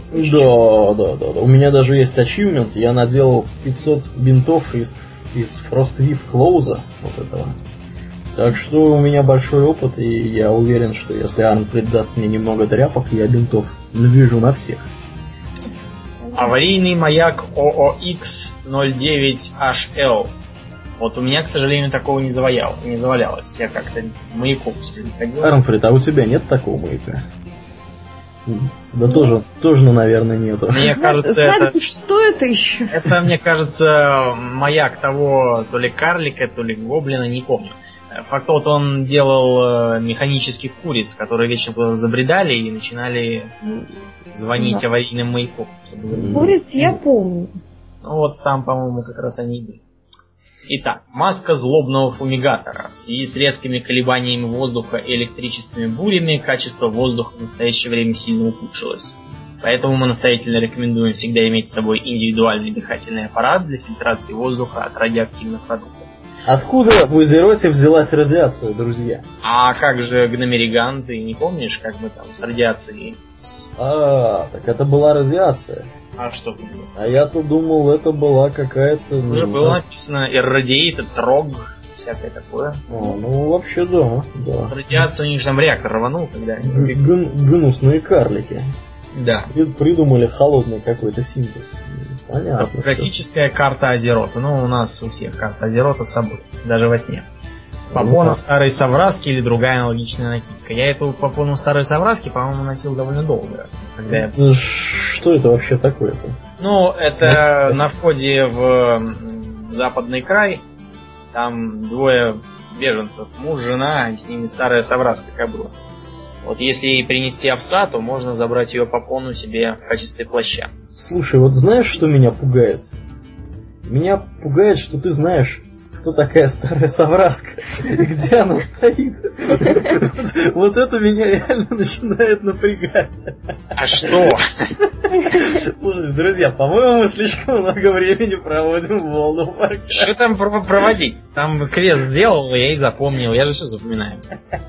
Да, да, да, да. У меня даже есть ачивмент. Я наделал пятьсот бинтов из, из Frostweave Close. Вот этого. Так что у меня большой опыт, и я уверен, что если Арн придаст мне немного тряпок, я бинтов навяжу на всех. Аварийный маяк о о икс ноль девять эйч эл. Вот у меня, к сожалению, такого не завалял, не завалялось. Я как-то маяком ходил. Арнфрид, а у тебя нет такого маяка? Да тоже, тоже, ну, наверное, нету. Мне кажется, это... Что это еще? Это, мне кажется, маяк того, то ли карлика, то ли гоблина, не помню. Факт тот, он делал механических куриц, которые вечно куда-то забредали и начинали звонить да. аварийным маяком. Куриц я помню. Ну вот там, по-моему, как раз они и были. Итак, маска злобного фумигатора. В связи с резкими колебаниями воздуха и электрическими бурями качество воздуха в настоящее время сильно ухудшилось. Поэтому мы настоятельно рекомендуем всегда иметь с собой индивидуальный дыхательный аппарат для фильтрации воздуха от радиоактивных продуктов. Откуда в Азероте взялась радиация, друзья? А как же Гномериган, ты не помнишь, как бы там с радиацией? А, так это была радиация. А что тут было? А я-то думал, это была какая-то... Уже ну, было написано Irradiated, Trog, всякое такое. А, ну вообще да, да. С радиацией у них там реактор рванул когда Гнусные карлики. Да. Придумали холодный какой-то синтез. Понятно. Графическая карта Азерота. Ну, у нас у всех карта Азерота с собой. Даже во сне. Попона старой совраски или другая аналогичная накидка. Я эту попону старой совраски, по-моему, носил довольно долго. Когда я... Что это вообще такое-то? Ну, это на входе в западный край. Там двое беженцев. Муж, жена, и с ними старая совраска кобыла. Вот если ей принести овса, то можно забрать ее попону себе в качестве плаща. Слушай, вот знаешь, что меня пугает? Меня пугает, что ты знаешь, кто такая старая совраска и где она стоит. Вот это меня реально начинает напрягать. А что? Слушайте, друзья, по-моему, мы слишком много времени проводим в World of Warcraft. Что там проводить? Там квест сделал, я и запомнил. Я же все запоминаю.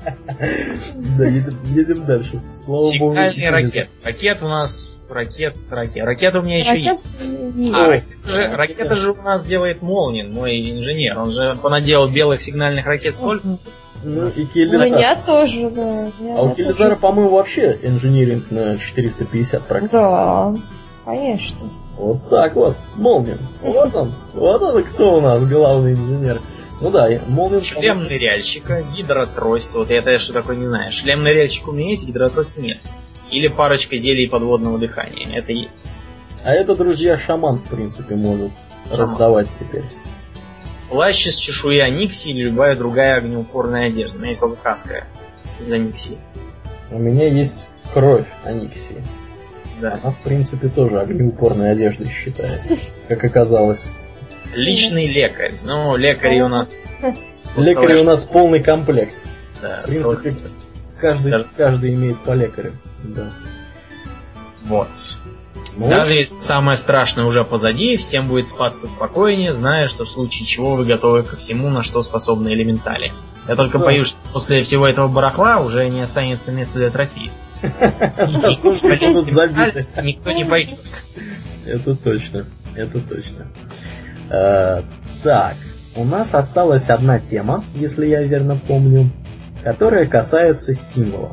Да, едем, едем дальше. Слава богу. Сигнальный ракет. Ракет у нас... Ракет, ракет. Ракета у меня еще Ракет есть. есть. А, ракета же, ракета же у нас делает Молнин, мой инженер. Он же понаделал белых сигнальных ракет столько. Ну, и У Келлизар. меня тоже, да. А у Келлизара, по-моему, вообще инжиниринг на четыреста пятьдесят практически. Да, конечно. Вот так вот. Молнин. Вот он. Вот он кто у нас главный инженер. Ну да, Молнин... Шлем ныряльщика, гидротрость. Вот это что такое не знаю. Шлем ныряльщик у меня есть, гидротрости нет. Или парочка зелий подводного дыхания. Это есть. А это, друзья, шаман, в принципе, может Шаман. раздавать теперь. Плащ из чешуи Аникси или любая другая огнеупорная одежда. У меня есть только каска из Аникси. У меня есть кровь Аниксии. Да. Она, в принципе, тоже огнеупорной одеждой считается, как оказалось. Личный лекарь. Ну, лекари у нас... Лекари у нас полный комплект. Да, В принципе, каждый, Даже- каждый имеет по лекарю. Да. вот. Ну, Даже если самое страшное уже позади, всем будет спаться спокойнее, зная, что в случае чего вы готовы ко всему, на что способны элементали. Я только Да. боюсь, что после всего этого барахла уже не останется места для трофеев. да, сумки будут забиты. Никто не пойдет. Это точно, это точно. Э, так, у нас осталась одна тема, если я верно помню, которая касается символов.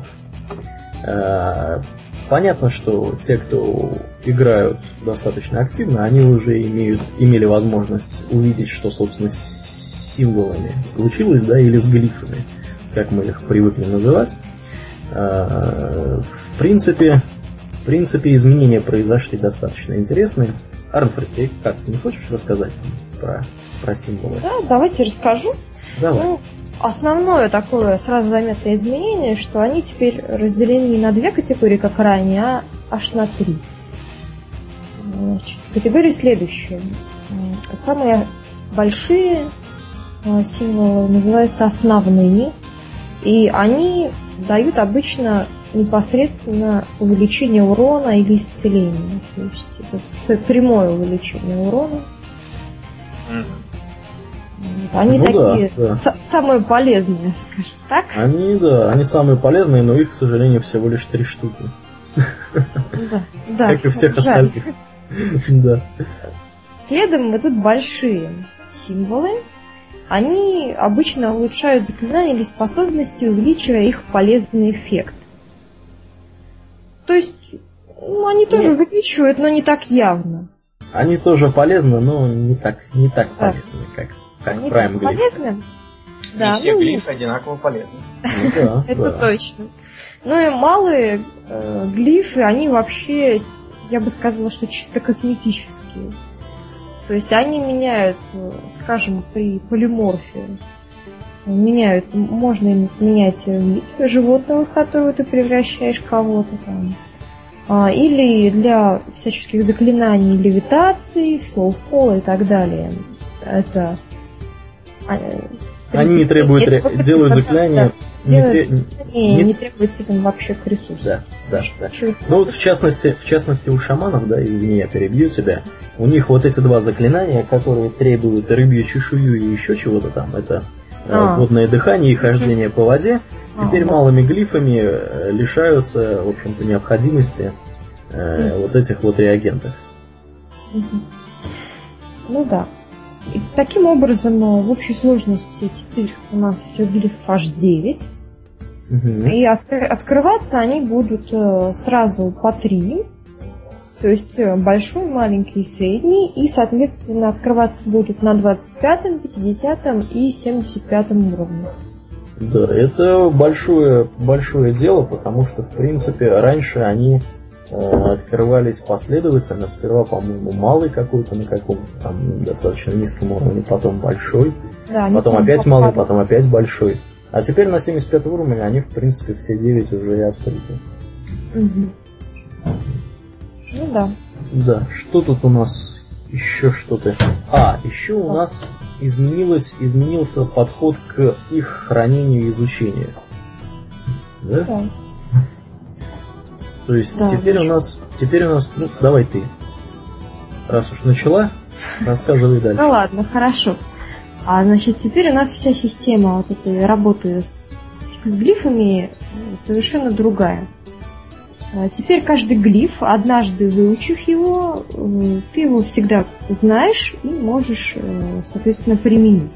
Э, понятно, что те, кто играют достаточно активно, они уже имеют, имели возможность увидеть, что, собственно, с символами случилось, да, или с глифами, как мы их привыкли называть. Э, в принципе, в принципе, изменения произошли достаточно интересные. Арнфред, ты как, не хочешь рассказать про, про символы? Да, давайте расскажу. Давай. Ну, основное такое сразу заметное изменение, что они теперь разделены не на две категории, как ранее, а аж на три. Значит, категории следующие. Самые большие э, символы называются основными, и они дают обычно непосредственно увеличение урона или исцеление. То есть это прямое увеличение урона. Они Ну такие да, да. с- самые полезные, скажем так. Они, да, они самые полезные, но их, к сожалению, всего лишь три штуки. Да, да. Как и всех жаль. остальных. Да. Следом идут большие символы. Они обычно улучшают заклинания или способности, увеличивая их полезный эффект. То есть, ну, они тоже увеличивают, но не так явно. Они тоже полезны, но не так, не так Да. полезны, как, как Они Prime так Glyph. полезны. Да, Не все ну, глифы одинаково полезны. Ну да, это да. точно. Ну и малые э, глифы, они вообще, я бы сказала, что чисто косметические. То есть они меняют, э, скажем, при полиморфе, меняют, можно им менять вид животного, в которого ты превращаешь кого-то там. А, или для всяческих заклинаний левитации, слоуфола и так далее. Это... а, Они не требуют, ре- делают заклинания, не, Делают тре- не, не- не требуется там вообще к ресурсу. Да, да, да. Чё- Ну вот в частности, в частности у шаманов, да, извини, я перебью тебя, у них вот эти два заклинания, которые требуют рыбью чешую и еще чего-то там, это э, А. водное дыхание и хождение по воде, теперь А, да. малыми глифами э, лишаются, в общем-то, необходимости э, вот этих вот реагентов. Мгм. Ну да. И таким образом, э, в общей сложности теперь у нас глиф аш девять. Мгм. И откр- открываться они будут э, сразу по три. То есть э, большой, маленький и средний. И, соответственно, открываться будут на двадцать пятом, пятидесятом и семьдесят пятом уровне. Да, это большое, большое дело, потому что, в принципе, раньше они э, открывались последовательно. Сперва, по-моему, малый какой-то на каком-то там достаточно низком уровне, потом большой, Да, они потом там опять малый, попадают. потом опять большой. А теперь на семьдесят пятом уровне они, в принципе, все девять уже и открыты. Мгм. Ну да. Да, что тут у нас еще что-то? А, еще у нас изменилось, изменился подход к их хранению и изучению. Да? Да. То есть Да, теперь конечно. у нас, теперь у нас, ну, давай ты, раз уж начала, рассказывай дальше. Ну ладно, хорошо. А значит, теперь у нас вся система вот этой работы с, с глифами совершенно другая. А теперь каждый глиф, однажды выучив его, э, ты его всегда знаешь и можешь, э, соответственно, применить.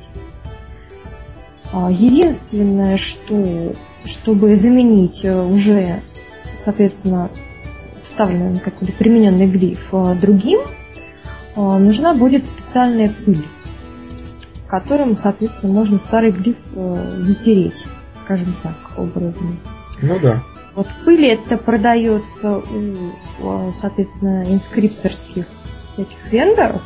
А единственное, что, чтобы заменить э, уже, соответственно, вставленный какой-то примененный глиф э, другим, э, нужна будет специальная пыль, которым, соответственно, можно старый глиф э, затереть, скажем так, образно. Ну да. Вот пыль это продается у, соответственно, инскрипторских всяких вендоров.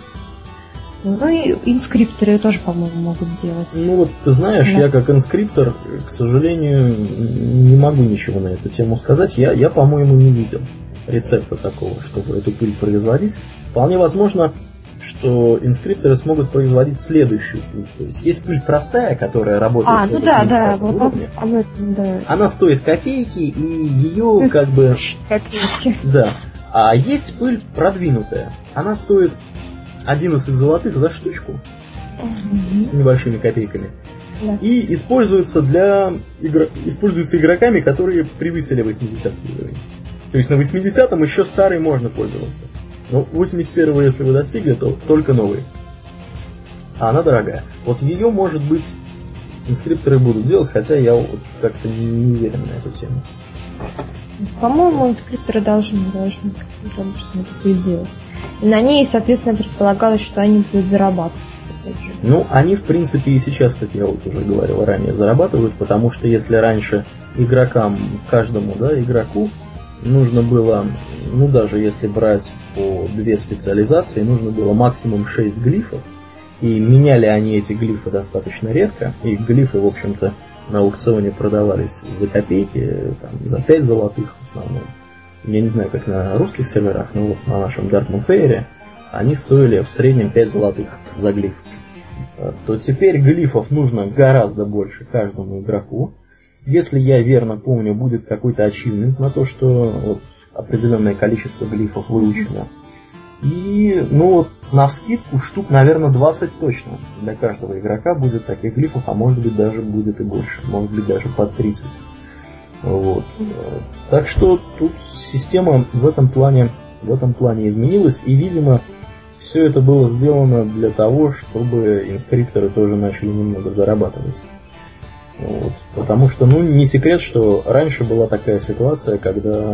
Ну и инскрипторы тоже, по-моему, могут делать. Ну вот, ты знаешь, Да. я как инскриптор, к сожалению, не могу ничего на эту тему сказать. Я, я, по-моему, не видел рецепта такого, чтобы эту пыль производить. Вполне возможно, что инскрипторы смогут производить следующую пыль. То есть есть пыль простая, которая работает А, на ну да, да, восьмидесятом вот уровне. об этом, да. Она стоит копейки, и ее как бы... Копейки. Да. А есть пыль продвинутая. Она стоит одиннадцать золотых за штучку с небольшими копейками. Да. И используется для игр... используется игроками, которые превысили восьмидесятый уровень. То есть на восьмидесятом еще старый можно пользоваться. Но восемьдесят первого, если вы достигли, то только новый. А она дорогая. Вот ее, может быть, инскрипторы будут делать, хотя я вот как-то не уверен на эту тему. По-моему, инскрипторы должны, должны каким-то образом это делать. И на ней, соответственно, предполагалось, что они будут зарабатывать. Опять же. Ну, они, в принципе, и сейчас, как я вот уже говорил ранее, зарабатывают, потому что если раньше игрокам, каждому, да, игроку нужно было, ну, даже если брать по две специализации, нужно было максимум шесть глифов, и меняли они эти глифы достаточно редко, и глифы, в общем-то, на аукционе продавались за копейки, там, за пять золотых в основном. Я не знаю, как на русских серверах, но вот на нашем Darkmoon Faire они стоили в среднем пять золотых за глиф. То теперь глифов нужно гораздо больше каждому игроку. Если я верно помню, будет какой-то ачивмент на то, что вот определенное количество глифов выучено. И, ну вот, навскидку штук, наверное, двадцать точно для каждого игрока будет таких глифов, а может быть даже будет и больше, может быть даже под тридцать. Вот. Так что тут система в этом плане, в этом плане изменилась, и, видимо, все это было сделано для того, чтобы инскрипторы тоже начали немного зарабатывать. Вот. Потому что, ну, не секрет, что раньше была такая ситуация, когда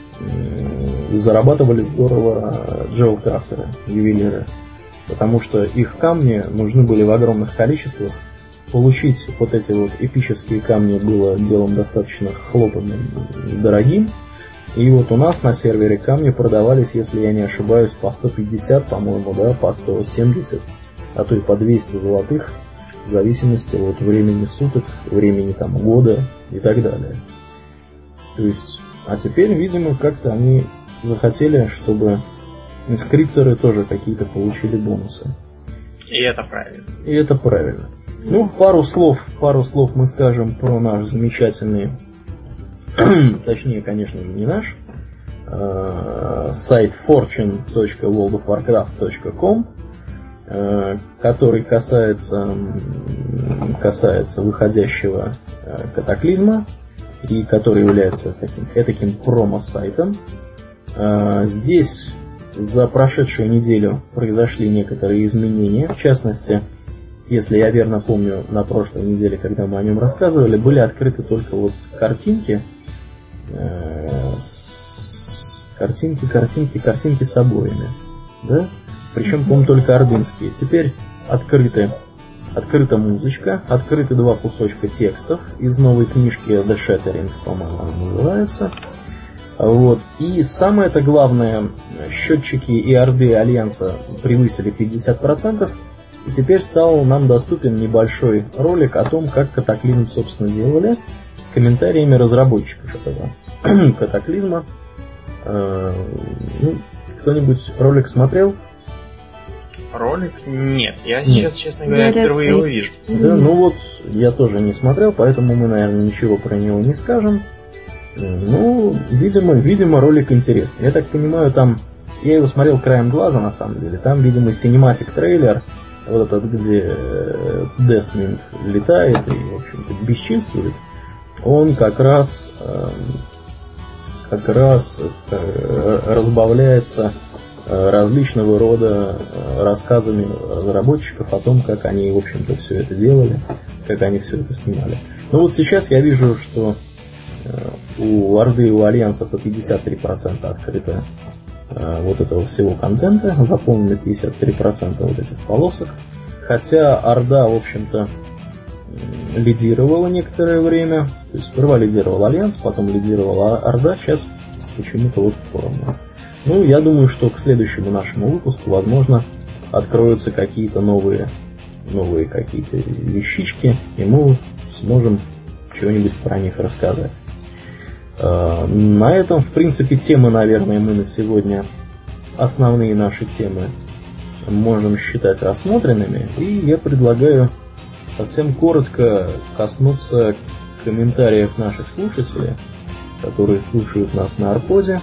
м- зарабатывали здорово джеокрафтеры, ювелиры. Потому что их камни нужны были в огромных количествах. Получить вот эти вот эпические камни было делом достаточно хлопотным и дорогим. И вот у нас на сервере камни продавались, если я не ошибаюсь, по сто пятьдесят, по-моему, да, по сто семьдесят, а то и по двести золотых, в зависимости от времени суток, времени там года и так далее. То есть, а теперь, видимо, как-то они захотели, чтобы инскрипторы тоже какие-то получили бонусы. И это правильно. И это правильно. Ну, пару слов, пару слов мы скажем про наш замечательный, точнее, конечно же, не наш, э, сайт fortune точка ворлд оф варкрафт точка ком, э, который касается, касается выходящего э, катаклизма и который является таким, таким промо-сайтом. Э, здесь за прошедшую неделю произошли некоторые изменения, в частности, если я верно помню, на прошлой неделе, когда мы о нем рассказывали, были открыты только вот картинки, э, с, картинки, картинки, картинки с обоями, да? Причем, по-моему, только ордынские. Теперь открыты, открыта музычка, открыты два кусочка текстов из новой книжки The Shattering, по-моему, она называется. Вот. И самое-то главное, счетчики и орды Альянса превысили пятьдесят процентов. И теперь стал нам доступен небольшой ролик о том, как катаклизм, собственно, делали, с комментариями разработчиков этого катаклизма. Э, ну, кто-нибудь ролик смотрел? Ролик? Нет, я Нет. сейчас, честно говоря, впервые его вижу. Да, ну вот, я тоже не смотрел, поэтому мы, наверное, ничего про него не скажем. Ну, видимо, видимо, ролик интересный. Я так понимаю, там, я его смотрел краем глаза, на самом деле, там, видимо, синематик трейлер, вот этот, где Десминд летает и, в общем-то, бесчинствует, он как раз, как раз разбавляется различного рода рассказами разработчиков о том, как они, в общем-то, все это делали, как они все это снимали. Но вот сейчас я вижу, что у Орды и у Альянса по пятьдесят три процента открыто вот этого всего контента, заполнены пятьдесят три процента вот этих полосок. Хотя Орда, в общем-то, лидировала некоторое время. То есть сперва лидировал Альянс, потом лидировала Орда, сейчас почему-то вот поровну. Ну, я думаю, что к следующему нашему выпуску, возможно, откроются какие-то новые, новые какие-то вещички, и мы сможем чего-нибудь про них рассказать. На этом, в принципе, темы, наверное, мы на сегодня, основные наши темы, можем считать рассмотренными. И я предлагаю совсем коротко коснуться комментариев наших слушателей, которые слушают нас на Арподе.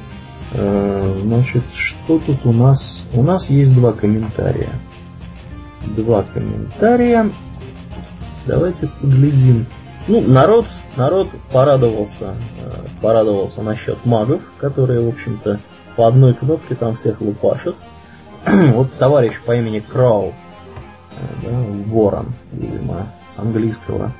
Значит, что тут у нас? У нас есть два комментария. Два комментария. Давайте поглядим. Ну, народ, народ порадовался, порадовался насчет магов, которые, в общем-то, по одной кнопке там всех лупашат. Вот товарищ по имени Крау, да, Ворон, видимо, с английского,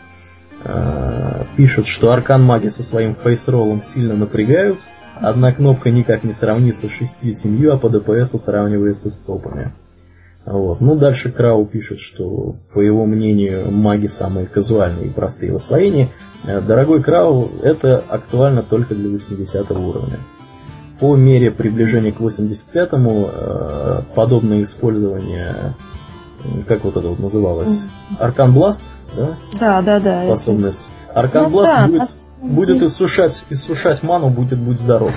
пишет, что аркан-маги со своим фейс-роллом сильно напрягают. Одна кнопка никак не сравнится с шестью-семью, а по ДПСу сравнивается с топами. Вот. Ну, дальше Крау пишет, что, по его мнению, маги самые казуальные и простые в освоении. Дорогой Крау, это актуально только для восьмидесятого уровня. По мере приближения к восемьдесят пятому подобное использование, как вот это вот называлось, Аркан Бласт, да? Да, да, да. Способность. Аркан Бласт ну, да, будет, нас... будет иссушать, иссушать ману, будет будь здоров.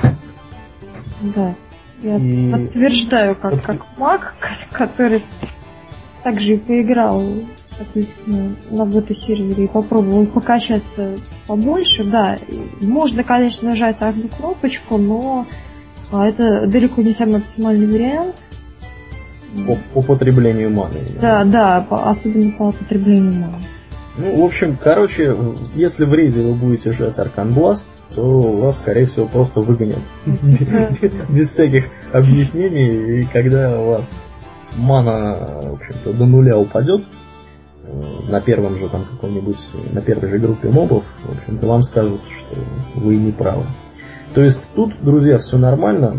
Да. Я и... подтверждаю, как, как маг, который также и поиграл, соответственно, на в этой сервере и попробовал покачаться побольше, да. Можно, конечно, нажать одну кнопочку, но а, это далеко не самый оптимальный вариант. По, по потреблению маны. Да, да, по, особенно по потреблению маны. Ну, в общем, короче, если в рейде вы будете жать Аркан Бласт, то вас, скорее всего, просто выгонят. Без всяких объяснений. И когда у вас мана, в общем-то, до нуля упадет, на первом же там каком-нибудь, на первой же группе мобов, в общем-то, вам скажут, что вы не правы. То есть тут, друзья, все нормально.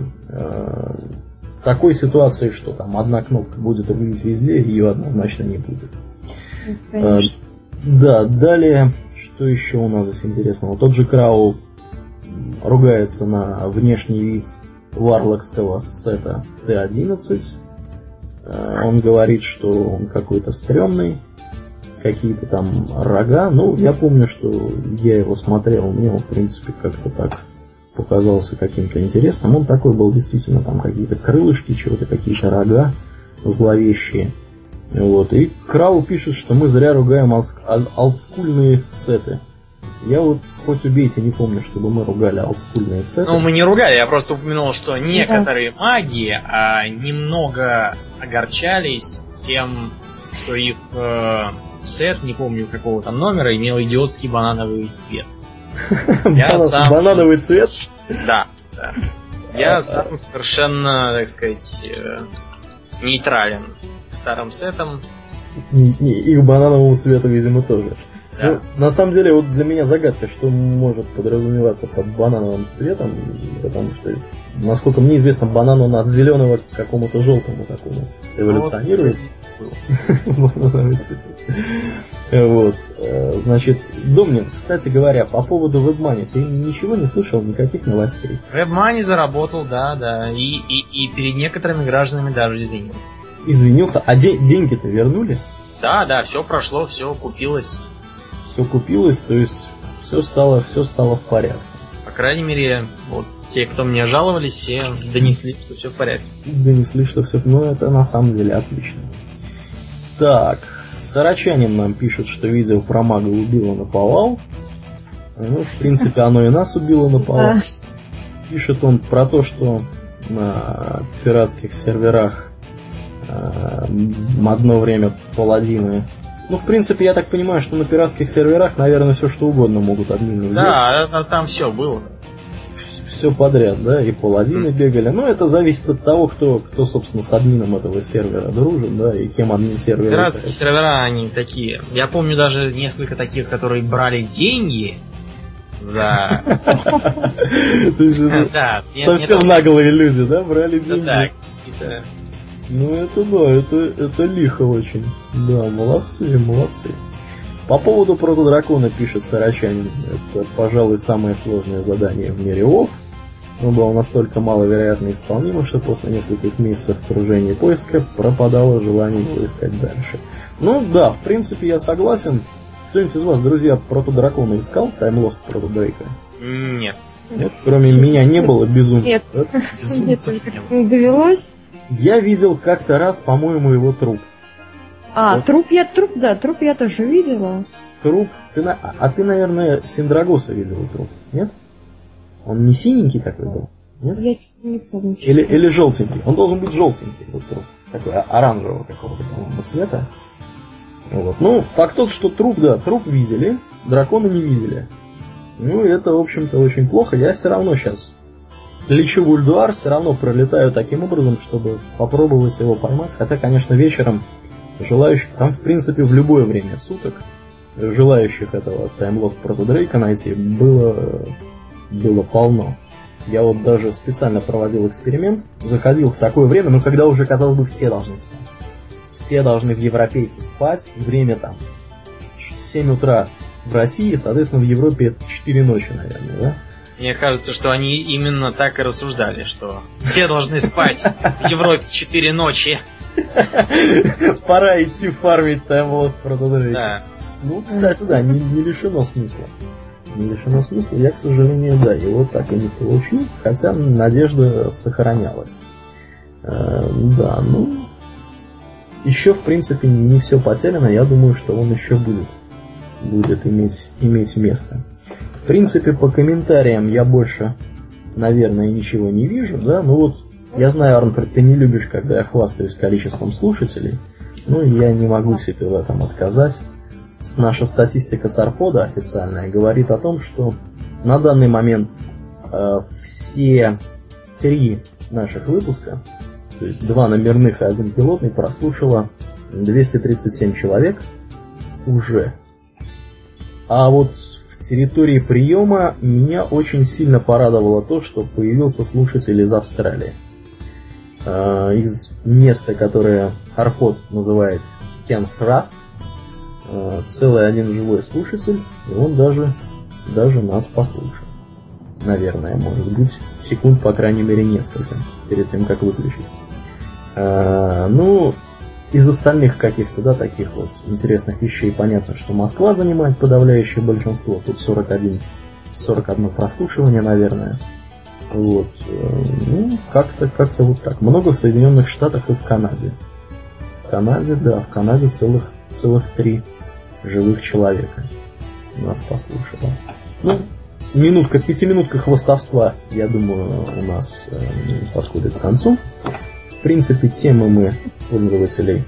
В такой ситуации, что там одна кнопка будет рулить везде, ее однозначно не будет. Конечно. Да, далее, что еще у нас здесь интересного? Тот же Крау ругается на внешний вид варлокского сета Т одиннадцать. Он говорит, что он какой-то стрёмный, какие-то там рога. Ну, я помню, что я его смотрел, мне он, в принципе, как-то так показался каким-то интересным. Он такой был действительно, там какие-то крылышки, чего-то, какие-то рога зловещие. Вот. И Крау пишет, что мы зря ругаем олдскульные сеты. Я вот, хоть убейте, не помню, чтобы мы ругали олдскульные сеты. Ну, мы не ругали, я просто упомянул, что некоторые да. маги а, немного огорчались тем, что их э, сет, не помню какого там номера, имел идиотский банановый цвет. Банановый цвет? Да, да. Я сам совершенно, так сказать, нейтрален старым сетом. И к банановому цвету, видимо, тоже. Да. Ну, на самом деле, вот для меня загадка, что может подразумеваться под банановым цветом, потому что, насколько мне известно, банан он от зеленого к какому-то желтому такому эволюционирует. Банановый цвет. Вот. Значит, Домнин, кстати говоря, по поводу WebMoney, ты ничего не слышал, никаких новостей? WebMoney заработал, да, да, и, и, и перед некоторыми гражданами даже извинился. Извинился, а де- деньги-то вернули? Да, да, все прошло, все купилось. Все купилось, то есть все стало, все стало в порядке. По крайней мере, вот те, кто мне жаловались, все донесли, что все в порядке. Донесли, что все... Ну, это на самом деле отлично. Так, Сарачанин нам пишет, что видео про мага убило наповал. Ну, в принципе, оно и нас убило наповал. Пишет он про то, что на пиратских серверах э, одно время паладины... Ну, в принципе, я так понимаю, что на пиратских серверах, наверное, все что угодно могут админы сделать. Да, там все было. Все подряд, да, и паладины mm. бегали. Но это зависит от того, кто, кто, собственно, с админом этого сервера дружит, да, и кем админ сервера. Пиратские это. сервера, они такие. Я помню даже несколько таких, которые брали деньги за... Совсем наглые люди, да, брали деньги? Да, какие-то... Ну это да, это, это лихо очень. Да, молодцы, молодцы. По поводу протодракона пишет Сарачанин. Это, пожалуй, самое сложное задание в мире ОВ. Оно было настолько маловероятно исполнимо, что после нескольких месяцев кружения и поиска пропадало желание его искать дальше. Ну да, в принципе я согласен. Кто-нибудь из вас, друзья, протодракона искал? Таймлост протодрейка? Нет. Нет? Кроме меня не было безумцев? Нет. Да? Безумцев не довелось. Я видел как-то раз, по-моему, его труп. А, вот. труп я, труп, да, труп я тоже видела. Труп, ты, а ты, наверное, Синдрагоса видел труп, нет? Он не синенький такой был, нет? Я не помню. Или, или желтенький, он должен быть желтенький, вот труп, такой оранжевого какого-то цвета. Вот. Ну, факт тот, что труп, да, труп видели, дракона не видели. Ну, это, в общем-то, очень плохо, я все равно сейчас... Лечу в Ульдуар, все равно пролетаю таким образом, чтобы попробовать его поймать. Хотя, конечно, вечером желающих, там, в принципе, в любое время суток, желающих этого Таймлост протодрейка найти было, было полно. Я вот даже специально проводил эксперимент, заходил в такое время, ну, когда уже, казалось бы, все должны спать. Все должны в европейцы спать, время там семь утра в России, соответственно, в Европе это четыре ночи, наверное, да? Мне кажется, что они именно так и рассуждали, что все должны спать в Европе четыре ночи. Пора идти фармить Таймлост протодрейка. Да. Ну, кстати, да, не, не лишено смысла. Не лишено смысла. Я, к сожалению, да, его так и не получил, хотя надежда сохранялась. Э, да, ну, еще, в принципе, не все потеряно. Я думаю, что он еще будет, будет иметь, иметь место. В принципе, по комментариям я больше, наверное, ничего не вижу, да, ну вот, я знаю, Арнфред, ты не любишь, когда я хвастаюсь количеством слушателей, ну, я не могу себе в этом отказать. Наша статистика с Арпода официальная говорит о том, что на данный момент э, все три наших выпуска, то есть два номерных и один пилотный, прослушало двести тридцать семь человек уже. А вот в территории приема меня очень сильно порадовало то, что появился слушатель из Австралии. Э, из места, которое Арпод называет Кенфраст. Э, целый один живой слушатель, и он даже, даже нас послушал. Наверное, может быть, секунд, по крайней мере, несколько, перед тем, как выключить. Э, ну, из остальных каких-то, да, таких вот интересных вещей понятно, что Москва занимает подавляющее большинство. Тут сорок один, сорок одно прослушивание, наверное. Вот. Ну, как-то, как-то вот так. Много в Соединенных Штатах и в Канаде. В Канаде, да, в Канаде целых, целых три живых человека нас послушало. Ну, минутка, пятиминутка хвастовства, я думаю, у нас э, подходит к концу. В принципе, темы мы, пользователей,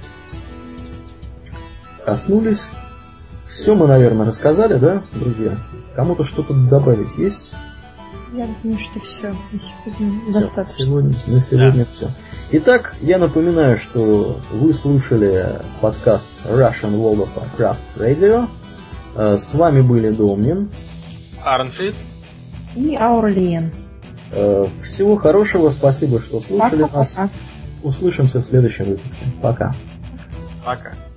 коснулись. Все мы, наверное, рассказали, да, друзья? Кому-то что-то добавить есть? Я думаю, что все на сегодня все, достаточно. Сегодня, на сегодня да. все. Итак, я напоминаю, что вы слушали подкаст Russian World of Warcraft Radio. С вами были Домнин, Арнфрид и Аурлиен. Всего хорошего, спасибо, что слушали Пока, нас. пока. Услышимся в следующем выпуске. Пока. Пока.